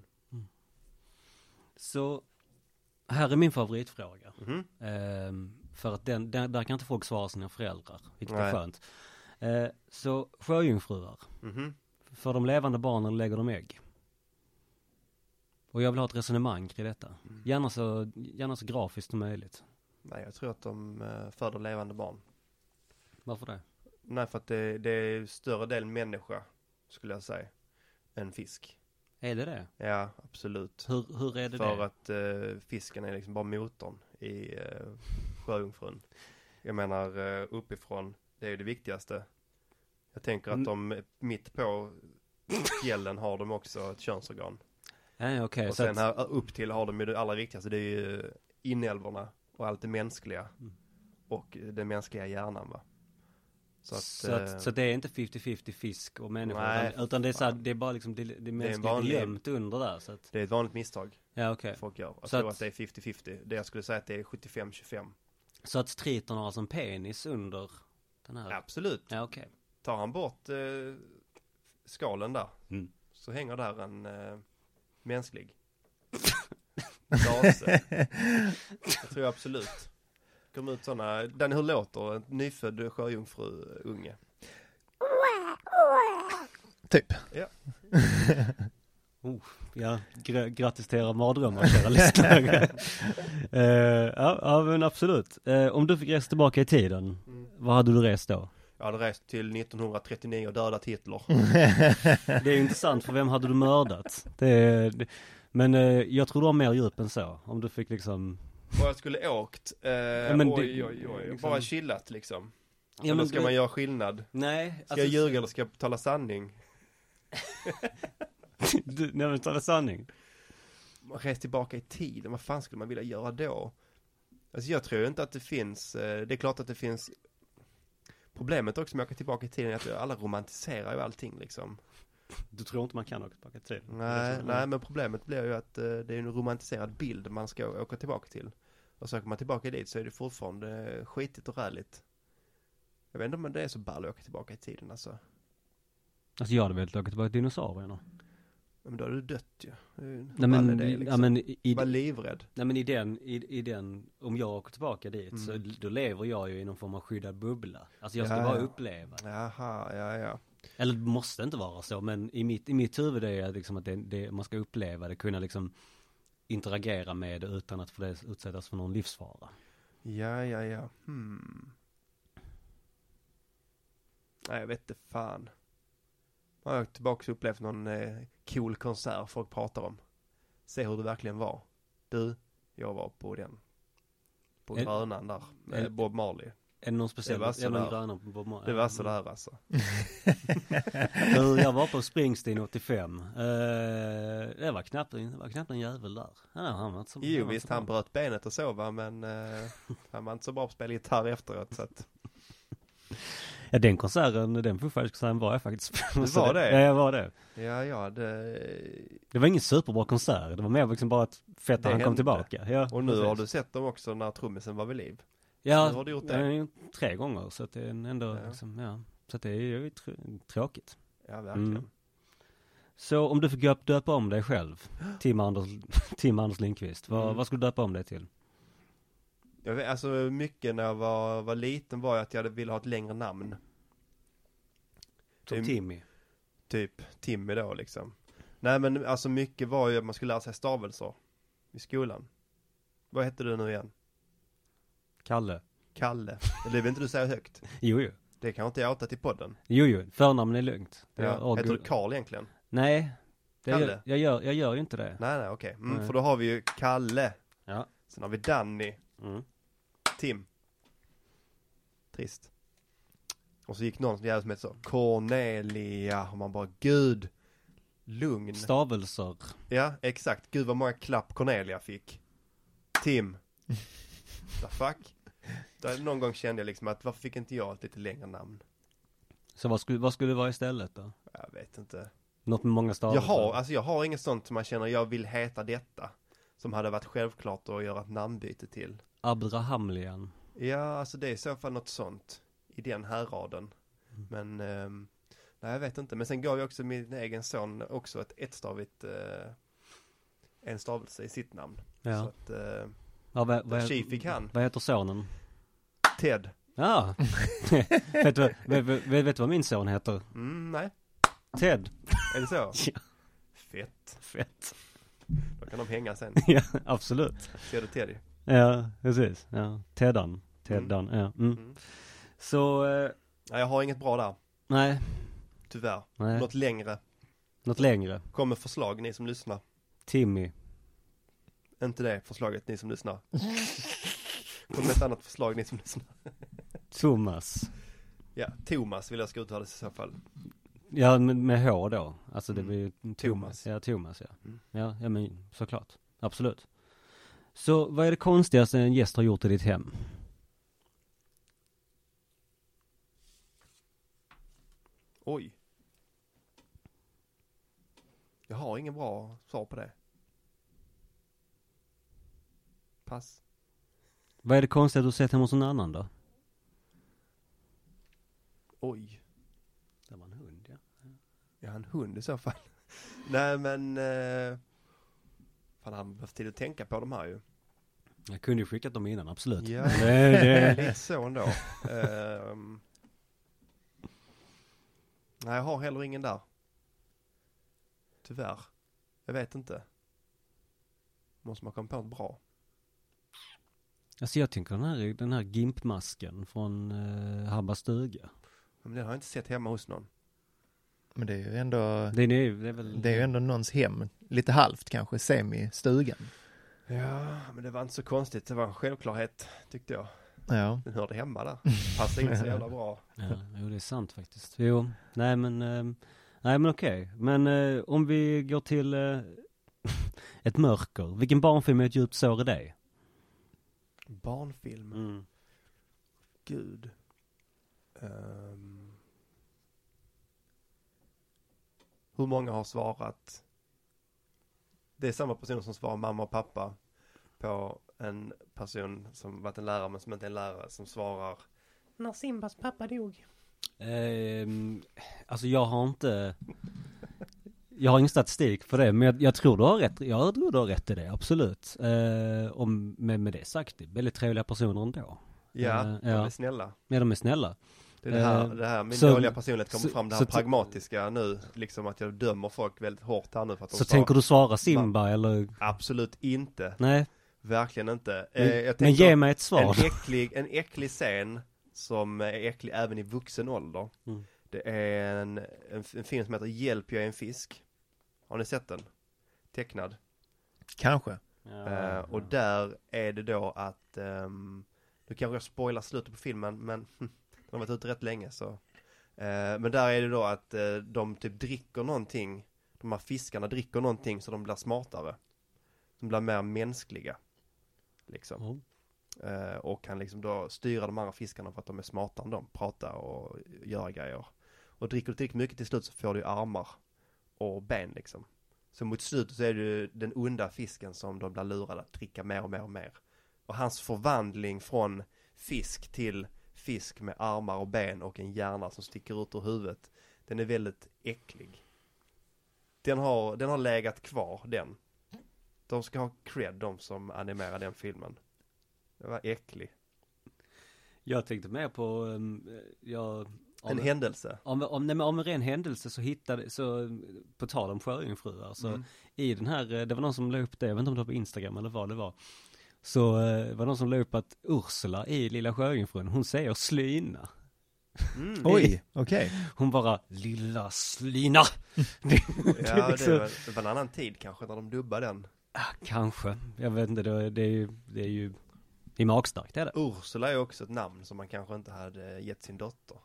Så här är min favoritfråga. Mhm. Ehm, för att den, där, där kan inte folk svara sina föräldrar, vilket Nej. är skönt. Eh, så sjöjungfrur, Mhm. för de levande barnen lägger de ägg. Och jag vill ha ett resonemang kring detta. Mm. Gärna så, gärna så grafiskt som möjligt. Nej, jag tror att de uh, föder levande barn. Varför det? Nej, för att det, det är större del människa, skulle jag säga, än fisk. Är det det? Ja, absolut. Hur, hur är det För det? att uh, fisken är liksom bara motorn i uh, sjöjungfrun. Jag menar uh, uppifrån, det är ju det viktigaste. Jag tänker att Mm. de mitt på fjällen har de också ett könsorgan. Nej, okej. Och så sen att, här upp till har de ju det allra viktigaste, det är ju inälvorna och allt det mänskliga. Mm. Och den mänskliga hjärnan, va. så, att, så, eh, att, så det är inte femtio femtio fisk och människor, Nej, utan, utan det är så här, fan. det är bara liksom, det, det mänskliga vanlig- glömt under där, så att, Det är ett vanligt misstag ja okej. folk gör. Jag Så tror att- att det är femtio femtio. Det jag skulle säga att det är sjuttiofem tjugofem. Så att triton har alltså en penis under den här? Absolut. Ja, okej. Tar han bort eh, skalen där, Mm. så hänger där en eh, mänsklig gase. Det tror jag absolut. Kommer ut sådana, den hur låter en nyfödd sjöjungfru-unge? Typ. Oh, ja, gr- grattis till era mardrömmar, kära lyssnare. uh, ja, ja, men absolut. Uh, om du fick resa tillbaka i tiden, Mm. vad hade du rest då? Jag hade rest till nittonhundratrettionio och dödat Hitler. Det är ju intressant, för vem hade du mördat? Det, är- det, men uh, jag tror du har mer djup än så. Om du fick liksom... Och jag skulle åkt, eh, men oj, det- oj, oj, liksom- bara chillat liksom. Ja, Eller men ska du- man göra skillnad? Nej, Ska alltså, jag ljuga eller ska jag tala sanning? du, nej men tala sanning. Man reser tillbaka i tiden, vad fan skulle man vilja göra då? Alltså jag tror inte att det finns, eh, det är klart att det finns. Problemet också med att åka tillbaka i tiden är att alla romantiserar ju allting liksom. Du tror inte man kan åka tillbaka till tiden? Nej, nej, men problemet blir ju att uh, det är en romantiserad bild man ska åka tillbaka till. Och söker man tillbaka dit så är det fortfarande skitigt och räligt. Jag vet inte om det är så ball att åka tillbaka i tiden alltså. Alltså jag hade velat åka tillbaka till dinosaurierna. Men då är du dött ju. Hur Nej men, ball är det, liksom? ja, men i, Var livrädd. nej men i den, i, i den, om jag åker tillbaka dit Mm. så då lever jag ju i någon form av skyddad bubbla. Alltså jag ska Ja, bara ja. uppleva. Jaha, ja, ja. Eller det måste inte vara så, men i mitt, i mitt huvud är det liksom att det, det, man ska uppleva det, kunna liksom interagera med det utan att få det utsättas för någon livsfara. Ja, ja, ja. Hmm. Nej, jag vet inte fan. Jag har tillbaka och upplevt någon eh, cool konsert folk pratar om. Se hur det verkligen var. Du, jag var på den. På Är- Grönan där. Med är- Bob Marley. Är det någon speciell? Det var så är det någon där. gröna på Bob Marley? Det var så där alltså. Du, jag var på Springsteen åttiofem. Uh, det var knappt, det var knappt en jävel där. Ja, han var inte så, Jo var visst, inte så han bra. bröt benet och så va, men eh, han var inte så bra på att spela gitarr efteråt så att. Ja, den konserten, den fullfärdskonserten var jag faktiskt. Du Så var det? Ja, jag var det. Ja, ja, det... Det var ingen superbra konsert. Det var mer liksom bara att fett Det när han kom hände. tillbaka. Ja, Och nu precis. har du sett dem också när trummisen var vid liv. Ja, nu har du gjort det. jag har gjort tre gånger så att det är ändå Ja. liksom, ja. Så att det är ju tr- tråkigt. Ja, verkligen. Mm. Så om du fick döp- döpa om dig själv, Tim Anders, Tim Anders Lindqvist, vad, Mm. vad skulle du döpa om dig till? Jag vet, alltså mycket när jag var, var liten var ju att jag hade ville ha ett längre namn. Som Det är- Timmy. Typ Timmy då liksom. Nej men alltså mycket var ju att man skulle lära sig stavelser i skolan. Vad hette du nu igen? Kalle. Kalle. Det vill inte du säga högt. Jo, jo. Det kan jag inte outa till podden. Jo, jo. Förnamn är lugnt. Det är Ja. Heter August- du Karl egentligen? Nej. Det Kalle? jag, jag, gör, jag gör ju inte det. Nej nej okej. Mm, Nej. för då har vi ju Kalle. Ja. Sen har vi Danny. Mm. Tim. Trist. Och så gick någon som jävligt som hette så. Cornelia. Och man bara gud. Lugn. Stavelser. Ja, exakt. Gud vad många klapp Cornelia fick. Tim. The fuck? Där någon gång kände jag liksom att varför fick inte jag ett lite längre namn? Så vad skulle, vad skulle det vara istället då? Jag vet inte. Något med många Jag stavelser? har, alltså jag har inget sånt som man känner jag vill heta detta. Som hade varit självklart att göra ett namnbyte till. Abrahamlian. Ja, alltså det är i så fall något sånt. I den här raden. Mm. Men, ehm, nej jag vet inte. Men sen gav jag också min egen son också ett ettstavigt, eh, en stavelse i sitt namn. Så Ja. att, eh, Ja, vad, vad, Tji fick han. vad heter sonen? Ted. Ja. vet, du, vet, vet, vet, vet du vad min son heter? Mm, nej. Ted. Är det så? Ja. Fett. Fett. Då kan de hänga sen. Ja, absolut. Ser du Teddy? Ja, precis. Ja. Teddan. Teddan, ja. Mm. Mm. Så, eh, Nej, jag har inget bra där. nej. Tyvärr. nej. Något längre. Något längre. Kom med förslag, ni som lyssnar. Timmy. Inte det förslaget, ni som lyssnar. Kom med ett annat förslag, ni som lyssnar. Thomas. Ja, Thomas vill jag ska uttala det i så fall. Ja, med, med H då. Alltså det Mm. blir ju Thomas. Thomas. Ja, Thomas, ja. Mm. Ja, ja men såklart. Absolut. Så vad är det konstigaste en gäst har gjort i ditt hem? Oj. Jag har ingen bra svar på det. Pass. Vad är det konstigaste du sett hemma hos någon annan då? Oj. Det var en hund, ja. Jag har en hund i så fall. Nej men. Eh, fan han behövt tid att tänka på de här ju. Jag kunde ju skickat dem innan, absolut. Ja. Men det, det, Lite så ändå. Ehm. Nej jag har heller ingen där. Tyvärr. Jag vet inte. Måste man komma på något bra. alltså jag tänker den här, den här gimpmasken från uh, Habba stuga. Men den har jag inte sett hemma hos någon. Men det är ju ändå, Det är, ju- det är väl... det är ju ändå någons hem. Lite halvt kanske, semi-stugan. Ja, men det var inte så konstigt. Det var en självklarhet tyckte jag. Ja. Den hörde hemma där. Passade inte så jävla bra. Ja, jo det är sant faktiskt. Jo, nej men, eh, nej men okej. Men eh, om vi går till eh, ett mörker. Vilken barnfilm är ett djupt sår i dig? Barnfilm. Mm. Gud. Um. hur många har svarat? Det är samma person som svarar mamma och pappa på en person som varit en lärare men som inte är en lärare som svarar när Simbas pappa dog. Eh, alltså jag har inte jag har ingen statistik för det, men jag, jag tror du har rätt. Jag tror du har rätt i det, absolut. Eh, om, med, med det sagt, det är väldigt trevliga personer ändå. Ja, Eh, de ja. är snälla. Ja, de är snälla. Det är det här, Eh, det här min så- dåliga personlighet kommer så- fram, det så här t- pragmatiska nu, liksom att jag dömer folk väldigt hårt här nu för att de Så svarar. tänker du svara Simba eller? Absolut inte. Nej, Verkligen inte. men, Eh, jag men tänker ge mig ett en svar. äcklig, en äcklig scen som är äcklig även i vuxen ålder. Mm. Det är en, en, en film som heter Hjälp, jag är en fisk. Har ni sett den? Tecknad. Kanske. Eh, och där är det då att, um, nu kanske jag spoilar slutet på filmen, men de har varit ute rätt länge så. Eh, men där är det då att eh, de typ dricker någonting, de här fiskarna dricker någonting så de blir smartare. De blir mer mänskliga. Liksom. Mm. Eh, och kan liksom då styra de andra fiskarna för att de är smartare än dem, prata och göra grejer. Och dricker du tillräckligt mycket till slut så får du armar och ben liksom. Så mot slutet så är det ju den onda fisken som de blir lurade att dricka mer och mer och mer. Och hans förvandling från fisk till fisk med armar och ben och en hjärna som sticker ut ur huvudet, den är väldigt äcklig. Den har, den har legat kvar, den. De ska ha cred, de som animerar den filmen. Det var äcklig. Jag tänkte mer på, um, jag, om, En händelse. om, om, nej, men om en ren händelse så hittade, så på tal om sjöjungfrur, så Mm. i den här, det var någon som la upp det, jag vet inte om det var på Instagram eller vad det var. Så eh, var någon som la upp att Ursula i Lilla Sjöjungfrun, hon säger slyna. Mm. Oj, okej. Hon bara, lilla slyna. det, Ja, det liksom- var, det var en annan tid kanske när de dubbade den. Ah, kanske, jag vet inte, det, det är ju, det är ju, det är magstarkt är det. Ursula är också ett namn som man kanske inte hade gett sin dotter.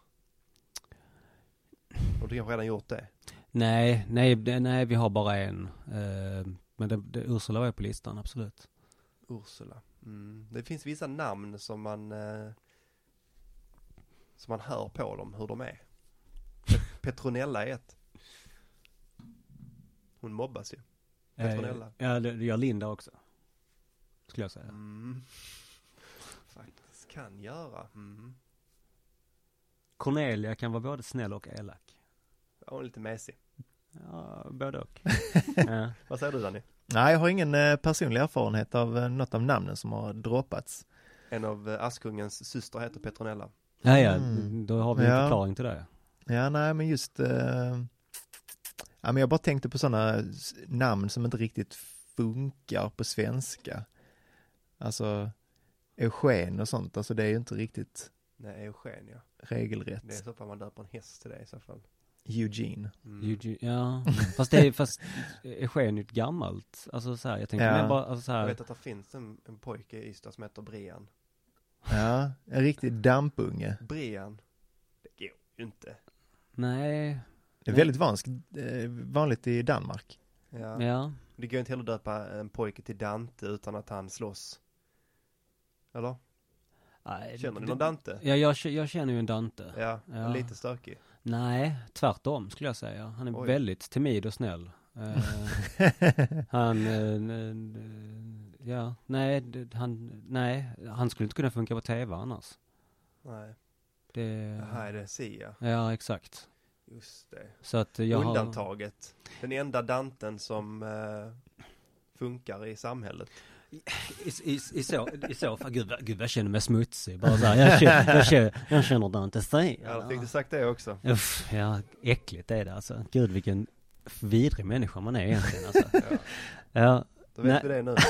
Och du kanske redan gjort det. Nej, nej, det, nej, vi har bara en. Eh, men det, det, Ursula var ju på listan, absolut. Ursula. Mm. Det finns vissa namn som man eh, som man hör på dem, hur de är. Pet- Petronella är ett. Hon mobbas ju. Petronella. Eh, ja, det, det gör Linda också. Skulle jag säga. Mm. Faktiskt kan göra. Mm. Cornelia kan vara både snäll och elak. Ja, hon är lite mesig. Ja, både och. ja. Vad säger du, Danny? Nej, jag har ingen eh, personlig erfarenhet av eh, något av namnen som har droppats. En av eh, Askungens syster heter Petronella. ja, ja, Mm. då har vi en Ja. förklaring till det. Ja, nej, men just eh, ja, men jag bara tänkte på sådana namn som inte riktigt funkar på svenska. Alltså Eugen och sånt, alltså det är ju inte riktigt Nej, Eugenia. regelrätt. Det är så fall man döper en häst till det i så fall. Eugene. Mm. Eugene, ja, fast det är, fast Eugen är ju ett gammalt, alltså så här, jag tänker Ja. mer bara, alltså så Jag här, vet att det finns en, en pojke i Ystad som heter Brian. Ja, en riktig dampunge. Brian. Det går ju inte. nej, Det är väldigt vansk, eh, vanligt i Danmark. Ja. ja, Det går inte heller att döpa en pojke till Dante utan att han slåss. Eller? nej, Känner ni det- någon Dante? Ja, jag, k- jag känner ju en Dante. Ja, Ja. lite stökig. Nej, tvärtom skulle jag säga. Han är Oj. väldigt timid och snäll. Eh, han, eh, n- n- ja, nej, det- han, nej, han skulle inte kunna funka på tv annars. Nej. Det, Det här är det Sia. ja, exakt. Just det. Så att jag har, Undantaget. Den enda Danten som eh, funkar i samhället. i, i, i, så, i så fall, gud, vad- gud jag känner mig smutsig. Bara så här, jag känner, jag känner, jag känner Dante Sia. Ja, jag fick du sagt det också. Uff, ja, äckligt är det alltså. Gud, vilken vidrig människa man är egentligen alltså. Ja, Ja, då vet Nej. vi det nu.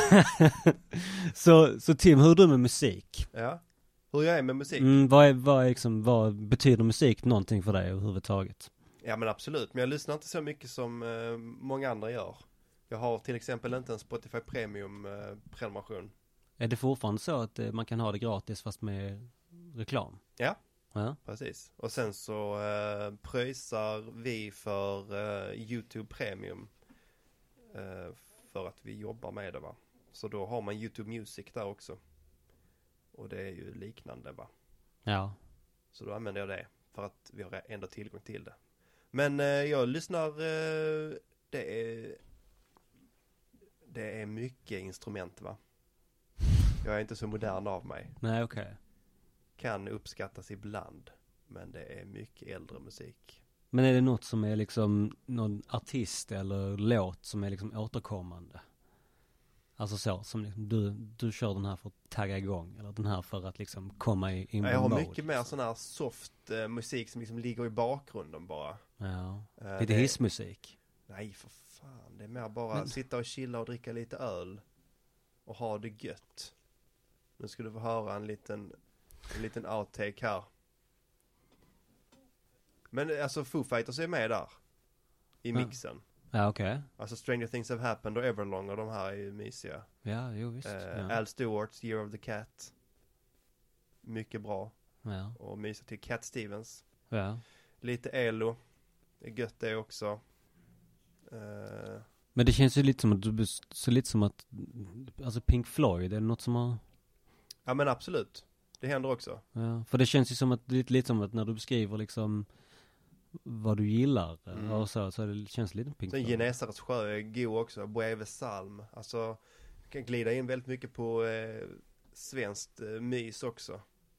så, så Tim, hur är du med musik? Ja. Hur jag är med musik? Mm, vad, är, vad, är liksom, vad betyder musik någonting för dig överhuvudtaget? Ja, men absolut. Men jag lyssnar inte så mycket som eh, många andra gör. Jag har till exempel inte en Spotify Premium eh, prenumeration. Är det fortfarande så att eh, man kan ha det gratis fast med reklam? Ja. Ja. Precis. Och sen så eh, pröjsar vi för eh, YouTube Premium eh, för att vi jobbar med det, va. Så då har man YouTube Music där också. Och det är ju liknande, va. Ja. Så då använder jag det för att vi har ändå tillgång till det. Men eh, jag lyssnar, eh, det är det är mycket instrument va. Jag är inte så modern av mig. Nej, okej. Okay. Kan uppskattas ibland, men det är mycket äldre musik. Men är det något som är liksom någon artist eller låt som är liksom återkommande? Alltså så, som liksom, du, du kör den här för att tagga igång, eller den här för att liksom komma i in Jag har mode, mycket liksom. mer sån här soft eh, musik som liksom ligger i bakgrunden bara. Ja, Eh, lite det- hissmusik. Nej för fan, det är mer bara Men- sitta och chilla och dricka lite öl och ha det gött. Nu ska du få höra en liten en liten outtake här. Men alltså Foo Fighters är med där i Ja. mixen. Ja, okej. Alltså Stranger Things Have Happened och Everlong och de här är ju mysiga. Ja, jo visst. Eh, ja. Al Stewarts Year of the Cat. Mycket bra ja, och mysiga till. Cat Stevens. ja. Lite Elo. Det är gött det också. Eh, Men det känns ju lite som att du, så lite som att, alltså Pink Floyd, är det något som har, ja men absolut. Det händer också. ja, för det känns ju som att, lite, lite som att när du beskriver liksom vad du gillar Mm. och så, så det känns lite Pink Sen Floyd. Genesares sjö är god också. Boeve Salm. Alltså, kan glida in väldigt mycket på eh, svenskt eh, mys också.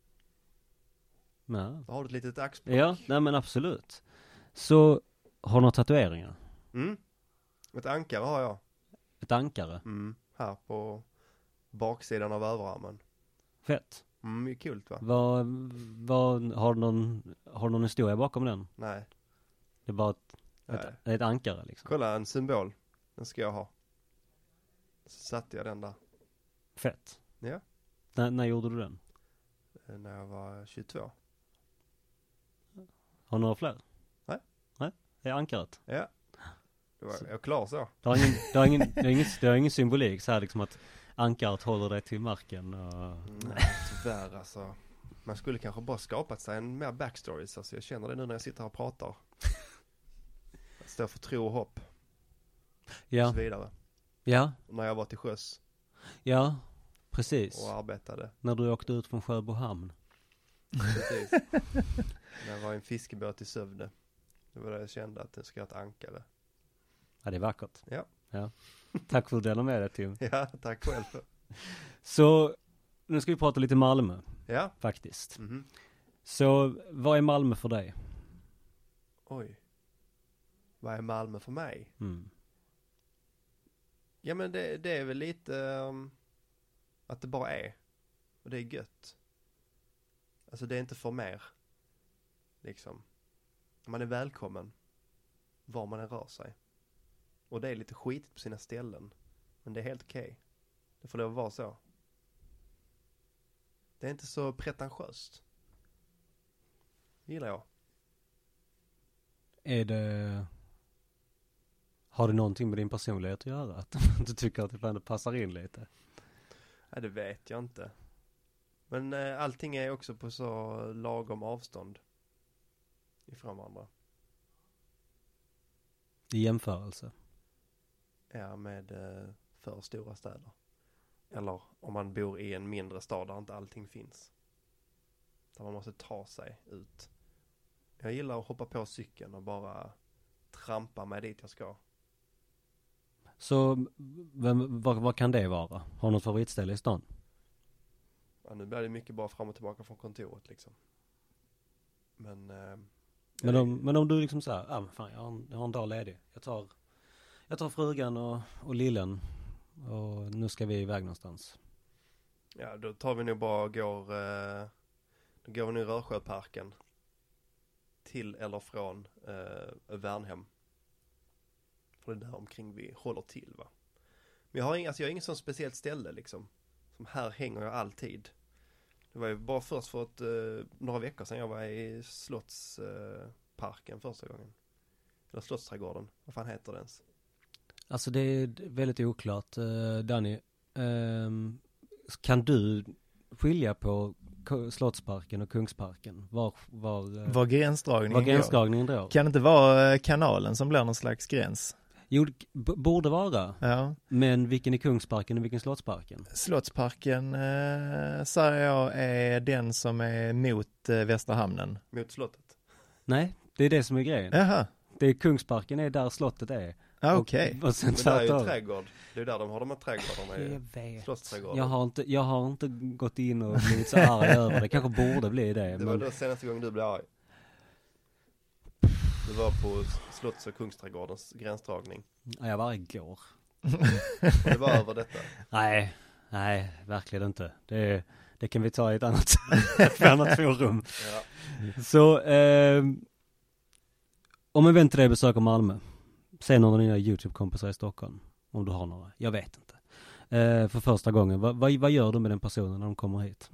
Ja, Då har du ett litet axplock. ja, nej men absolut. Så, har du några tatueringar? Mm. Ett ankare har jag. Ett ankare? Mm. Här på baksidan av överarmen. Fett. Mm, det är kul va? Vad, vad, har du någon, har du någon historia bakom den? Nej. Det är bara ett, Nej. ett, ett ankare liksom. Kolla en symbol. Den ska jag ha. Så satte jag den där. Fett. Ja. När, när gjorde du den? eh, När jag var tjugotvå. Har du några fler? Nej. Nej, det är ankaret. Ja. Det var, jag är klar så. Det har ingen, det har ingen, det har ingen, det har ingen symbolik så här liksom att ankaret håller dig till marken och... Nej, tyvärr alltså. Man skulle kanske bara skapat sig en mer backstories. Alltså jag känner det nu när jag sitter här och pratar. Att stå för tro och hopp. Och Ja, så vidare. ja, Och när jag var till sjöss ja, precis. och arbetade. När du åkte ut från Sjöbo hamn. Precis. När jag var i en fiskebåt i Sövde. Det var då jag kände att jag ska ha ett ankare. Ja, det är vackert. Ja. Ja. Tack för att du delade med dig, Tim. Ja, tack själv. Så, nu ska vi prata lite Malmö, Ja. faktiskt. Mhm. Så, vad är Malmö för dig? Oj. Vad är Malmö för mig? Mm. Ja men det, det är väl lite um, att det bara är. Och det är gött. Alltså det är inte för mer. Liksom. Man är välkommen. Var man än rör sig. Och det är lite skitigt på sina ställen. Men det är helt okej. Det får lov att vara så. Det är inte så pretentiöst. Det gillar jag. Är det... Har det någonting med din personlighet att göra? Att du tycker att det fan passar in lite? Nej, det vet jag inte. Men eh, allting är också på så lagom avstånd ifrån varandra. I jämförelse? Ja, med eh, för stora städer. Eller om man bor i en mindre stad där inte allting finns. Där man måste ta sig ut. Jag gillar att hoppa på cykeln och bara trampa mig dit jag ska. Så, vem, vad, vad kan det vara? Har du något favoritställe i stan? Ja, nu blir det mycket bara fram och tillbaka från kontoret liksom. Men... Eh, Men jag- om, men om du liksom såhär, ja ah, men fan jag har, en, jag har en dag ledig. Jag tar, jag tar frugan och, och lillen och nu ska vi iväg någonstans. Ja, då tar vi nog bara och går, eh, då går vi nu i Rörsjöparken. Till eller från eh, Värnhem. För det är där omkring vi håller till va. Men jag har ingen, alltså jag har inget sånt speciellt ställe liksom. Som här hänger jag alltid. Det var ju bara först för ett, eh, några veckor sedan jag var i Slottsparken eh, första gången. Eller Slottsträdgården, vad fan heter det ens? Alltså det är väldigt oklart, uh, Danny. Um, kan du skilja på K- Slottsparken och Kungsparken? Var, var, uh, Var gränsdragningen var går. gränsdragningen då? Kan det inte vara eh, kanalen som blir någon slags gräns? Jo, det b- borde vara. Ja. Men vilken är Kungsparken och vilken Slottsparken? Slottsparken eh, säger jag är den som är mot eh, Västra hamnen. Mot slottet. Nej, det är det som är grejen. Jaha. det är Kungsparken är där slottet är. Ah, okej. Och, och sen Men det är ju tvärtom. trädgård. Det är där de har de här trädgårdarna. Jag i vet. Slottsträdgården. Jag har inte, jag har inte gått in och blivit så arg över det. Kanske borde bli det. Det var Men... då senaste gången du blev arg. Du var på Slotts- och Kungsträdgårdens gränsdragning. Ja, jag var igår. Och det var över detta. Nej, nej, verkligen inte. Det, det kan vi ta i ett annat, ett annat forum. Ja. Så, eh, om en vän till dig besöker Malmö, se några nya YouTube-kompisar i Stockholm, om du har några, jag vet inte. Eh, för första gången, vad, vad, vad gör du med den personen när de kommer hit?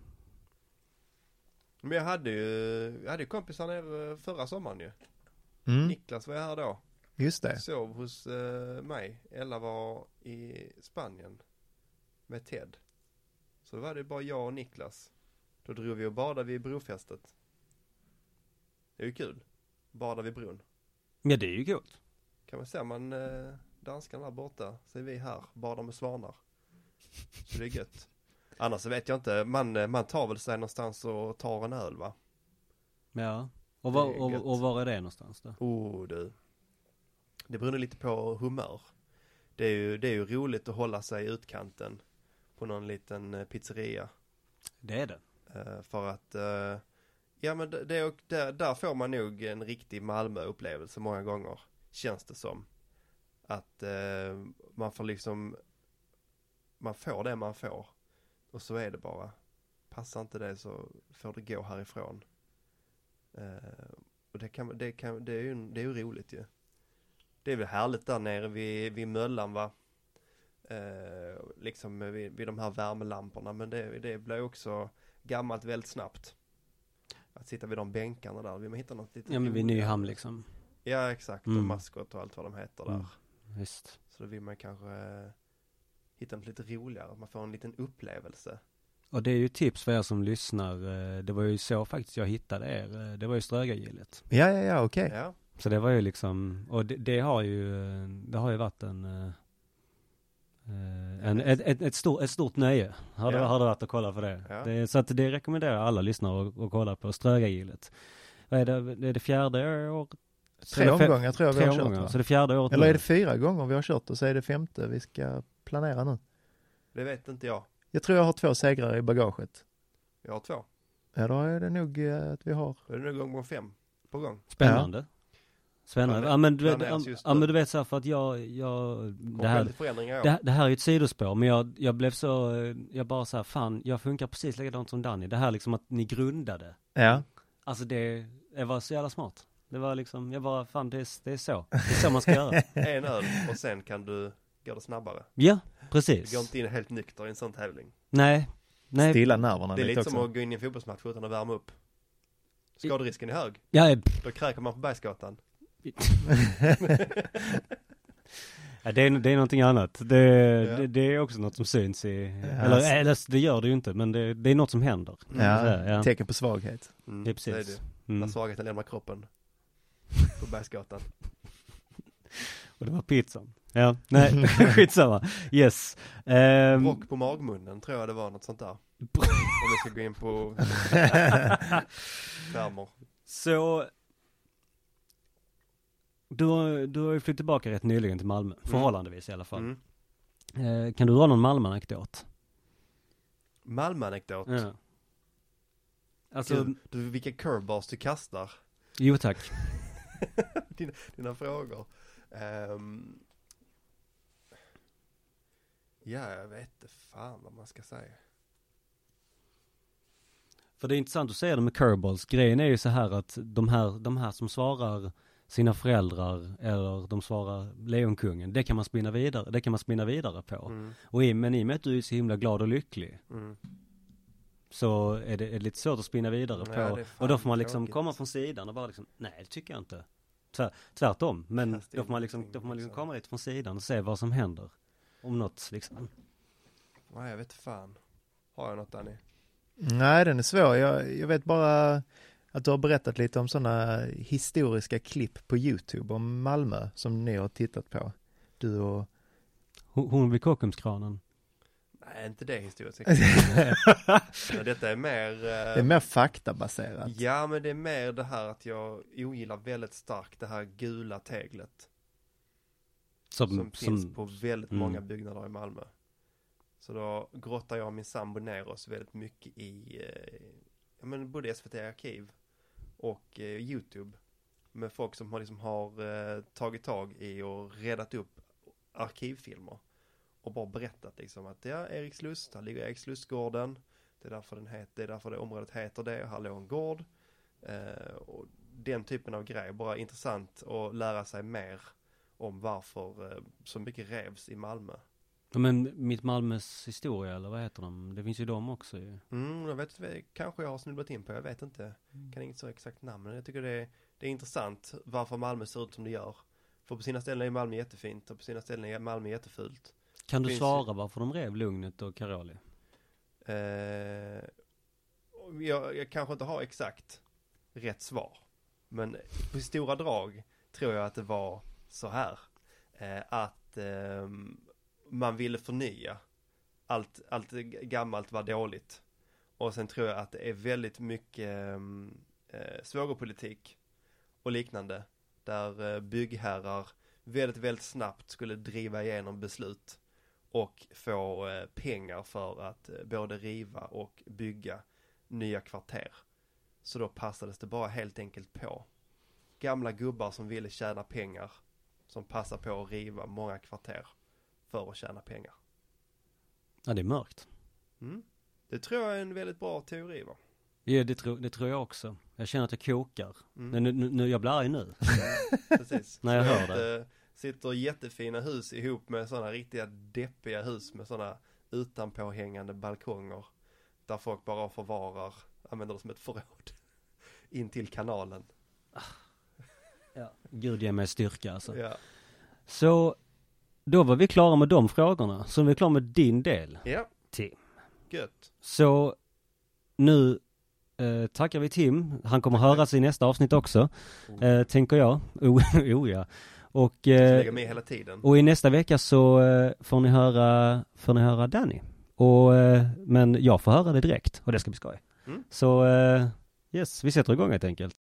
Men jag hade ju, jag hade ju kompisar nere förra sommaren ju. Mm, Niklas var jag här då. just det. Sov hos eh, mig. Ella var i Spanien med Ted. Så då var det bara jag och Niklas. Då drog vi och badade vid brofästet. Det är ju kul. Bada vid bron. Ja, det är ju coolt. Kan man säga, man eh, danskarna där borta, så är vi här, badar med svanar. Så det är gött. Annars så vet jag inte, man, man tar väl sig någonstans och tar en öl, va? Ja, och var, Det är och, gött. och var är det någonstans då? Oh du. Det beror lite på humör. Det är ju, det är ju roligt att hålla sig i utkanten på någon liten eh, pizzeria. Det är det. Eh, för att, eh, ja men det, det, där, där får man nog en riktig Malmö-upplevelse många gånger. Känns det som. Att eh, man får liksom, man får det man får. Och så är det bara. Passar inte det så får det gå härifrån. Eh, och det, kan, det, kan, det, är ju, det är ju roligt ju. Det är väl härligt där nere vid, vid Möllan, va? Eh, liksom vid, vid de här värmelamporna. Men det, det blir också gammalt väldigt snabbt. Att sitta vid de bänkarna där. Vi hitta något lite Ja, men vid roligare. Nyhamn liksom. Ja, exakt. Mm. Och maskot och allt vad de heter där. Mm. Visst. Så då vill man kanske eh, hitta något lite roligare. Man får en liten upplevelse. Och det är ju tips för er som lyssnar. eh, Det var ju så faktiskt jag hittade er. eh, Det var ju Strögagillet. Ja, ja, ja, okej. Ja. Så det var ju liksom, och det, det har ju, eh, det har ju varit en, eh, en ett, ett, ett, stort, ett stort nöje. Har, det, Ja. har det varit att kolla för det. Ja. det. Så att det rekommenderar alla lyssnare att, att kolla på Strögagillet. Vad är det, det är det fjärde året? Tre Eller fem- omgångar tror jag vi Tre har kört, omgångar, va? så det är fjärde året Eller nu. är det fyra gånger vi har kört och så är det femte vi ska planera nu? Det vet inte jag. Jag tror jag har två segrar i bagaget. Jag har två. Ja, då är det nog eh, att vi har. Då är det nog gång fem på gång. Spännande. Spännande. Planer- Ja men, du vet, planeras ja, just ja, nu. men du vet så här, för att jag, jag Kommer det här, lite förändringar i år. det, det här är ju ett sidospår, men jag, jag blev så, jag bara så här, fan, jag funkar precis likadant som Danny. Det här liksom att ni grundade. Ja. Alltså det, det var så jävla smart. Det var liksom, jag bara, fan det är, det är så. Det är så man ska göra. En öl och sen kan du gå det snabbare. Ja, Du precis. går inte in helt nykter i en sån tävling. Nej, nej. Stilla nerverna Det är lite lite också. som att gå in i en fotbollsmatch utan att värma upp. Skaderisken är hög. Ja, Då kräker man på Bergsgatan. ja, det är, det är någonting annat. Det, Ja. det, det är också något som syns i, Ja, eller, alltså- eller det gör det ju inte, men det, det är något som händer. Ja, Så här, ja. tecken på svaghet. Mm, Det är precis. Det är det. När Mm. svagheten lämnar kroppen. På Bergsgatan. Och det var pizzan. Ja, nej, skitsamma. Yes. Um, Rock på magmunnen tror jag det var något sånt där. Om vi ska gå in på termer. så, du har, du har ju flyttat tillbaka rätt nyligen till Malmö, förhållandevis i alla fall. Mm. Eh, kan du dra någon Malmö-anekdot? Malmö-anekdot. Ja. Alltså, Du, du, vilka curveballs du kastar. jo tack. dina, dina frågor. Um, ja, jag vet inte fan vad man ska säga. För det är intressant att säga det med curveballs. Grejen är ju så här att de här, de här som svarar sina föräldrar eller de svarar Lejonkungen, det kan man spinna vidare, det kan man spinna vidare på. Mm, Och i, men i och med att du är så himla glad och lycklig mm. så är det, är det lite svårt att spinna vidare Ja, på. det är fan Och då får man liksom tråkigt. komma från sidan och bara liksom, nej det tycker jag inte. Tvär, tvärtom, men Kasta då in får man liksom, någonting, då får man liksom liksom. komma lite från sidan och se vad som händer. Om något liksom. Nej, jag vet fan. Har jag något, Danny? Nej, den är svår. Jag, jag vet bara att du har berättat lite om sådana historiska klipp på YouTube om Malmö som ni har tittat på. Du och... Hon, hon vid Kockumskranen. Nej, inte det historiskt. Ja, detta är mer... Eh, Det är mer faktabaserat. Ja, men det är mer det här att jag ogillar väldigt starkt det här gula teglet. Som, Som, finns som, på väldigt mm. många byggnader i Malmö. Så då grottar jag och min sambo ner oss väldigt mycket i eh, ja, men både S V T Arkiv och eh, YouTube. Med folk som har, liksom, har eh, tagit tag i och räddat upp arkivfilmer. Och bara berättat liksom att ja, Erikslust, där ligger Erikslustgården. Det är därför den heter, det är därför det området heter det. Här låg en gård. Eh, och den typen av grejer. Bara intressant att lära sig mer om varför eh, så mycket revs i Malmö. Ja, men Mitt Malmös historia, eller vad heter de? Det finns ju de också ju. Mm, jag vet inte, kanske jag har snubblat in på, jag vet inte. Mm. Kan inget så exakt namn, men jag tycker det är, det är intressant varför Malmö ser ut som det gör. För på sina ställen är Malmö jättefint och på sina ställen är Malmö jättefult. Kan du Finns svara varför de rev Lugnet och Karoli? Eh, jag, jag kanske inte har exakt rätt svar. Men på stora drag tror jag att det var så här. Eh, att eh, man ville förnya. Allt, allt gammalt var dåligt. Och sen tror jag att det är väldigt mycket eh, svågerpolitik och liknande. Där eh, byggherrar väldigt, väldigt snabbt skulle driva igenom beslut. Och få eh, pengar för att eh, både riva och bygga nya kvarter. Så då passades det bara helt enkelt på. Gamla gubbar som ville tjäna pengar. Som passar på att riva många kvarter för att tjäna pengar. Ja, det är mörkt. Mm. Det tror jag är en väldigt bra teori, va? Ja, det, tro, det tror jag också. Jag känner att jag kokar. Mm. Men nu, nu, nu, jag blir arg nu. Precis. När jag Så hör att, det. eh, Sitter jättefina hus ihop med sådana riktiga deppiga hus med sådana utanpåhängande balkonger. Där folk bara förvarar, använder det som ett förråd. In till kanalen. Ja. Gud ge mig styrka alltså. Ja. Så då var vi klara med de frågorna. Så vi är klara med din del, Ja, Tim. gött. Så nu eh, tackar vi Tim. Han kommer höras i nästa avsnitt också. Eh, tänker jag. Oh, oh ja. Och, Jag ska eh, lägga med hela tiden. och i nästa vecka så eh, får ni höra får ni höra Danny. Och, eh, men jag får höra det direkt och det ska bli skoj. Mm. Så eh, yes, vi sätter igång helt enkelt.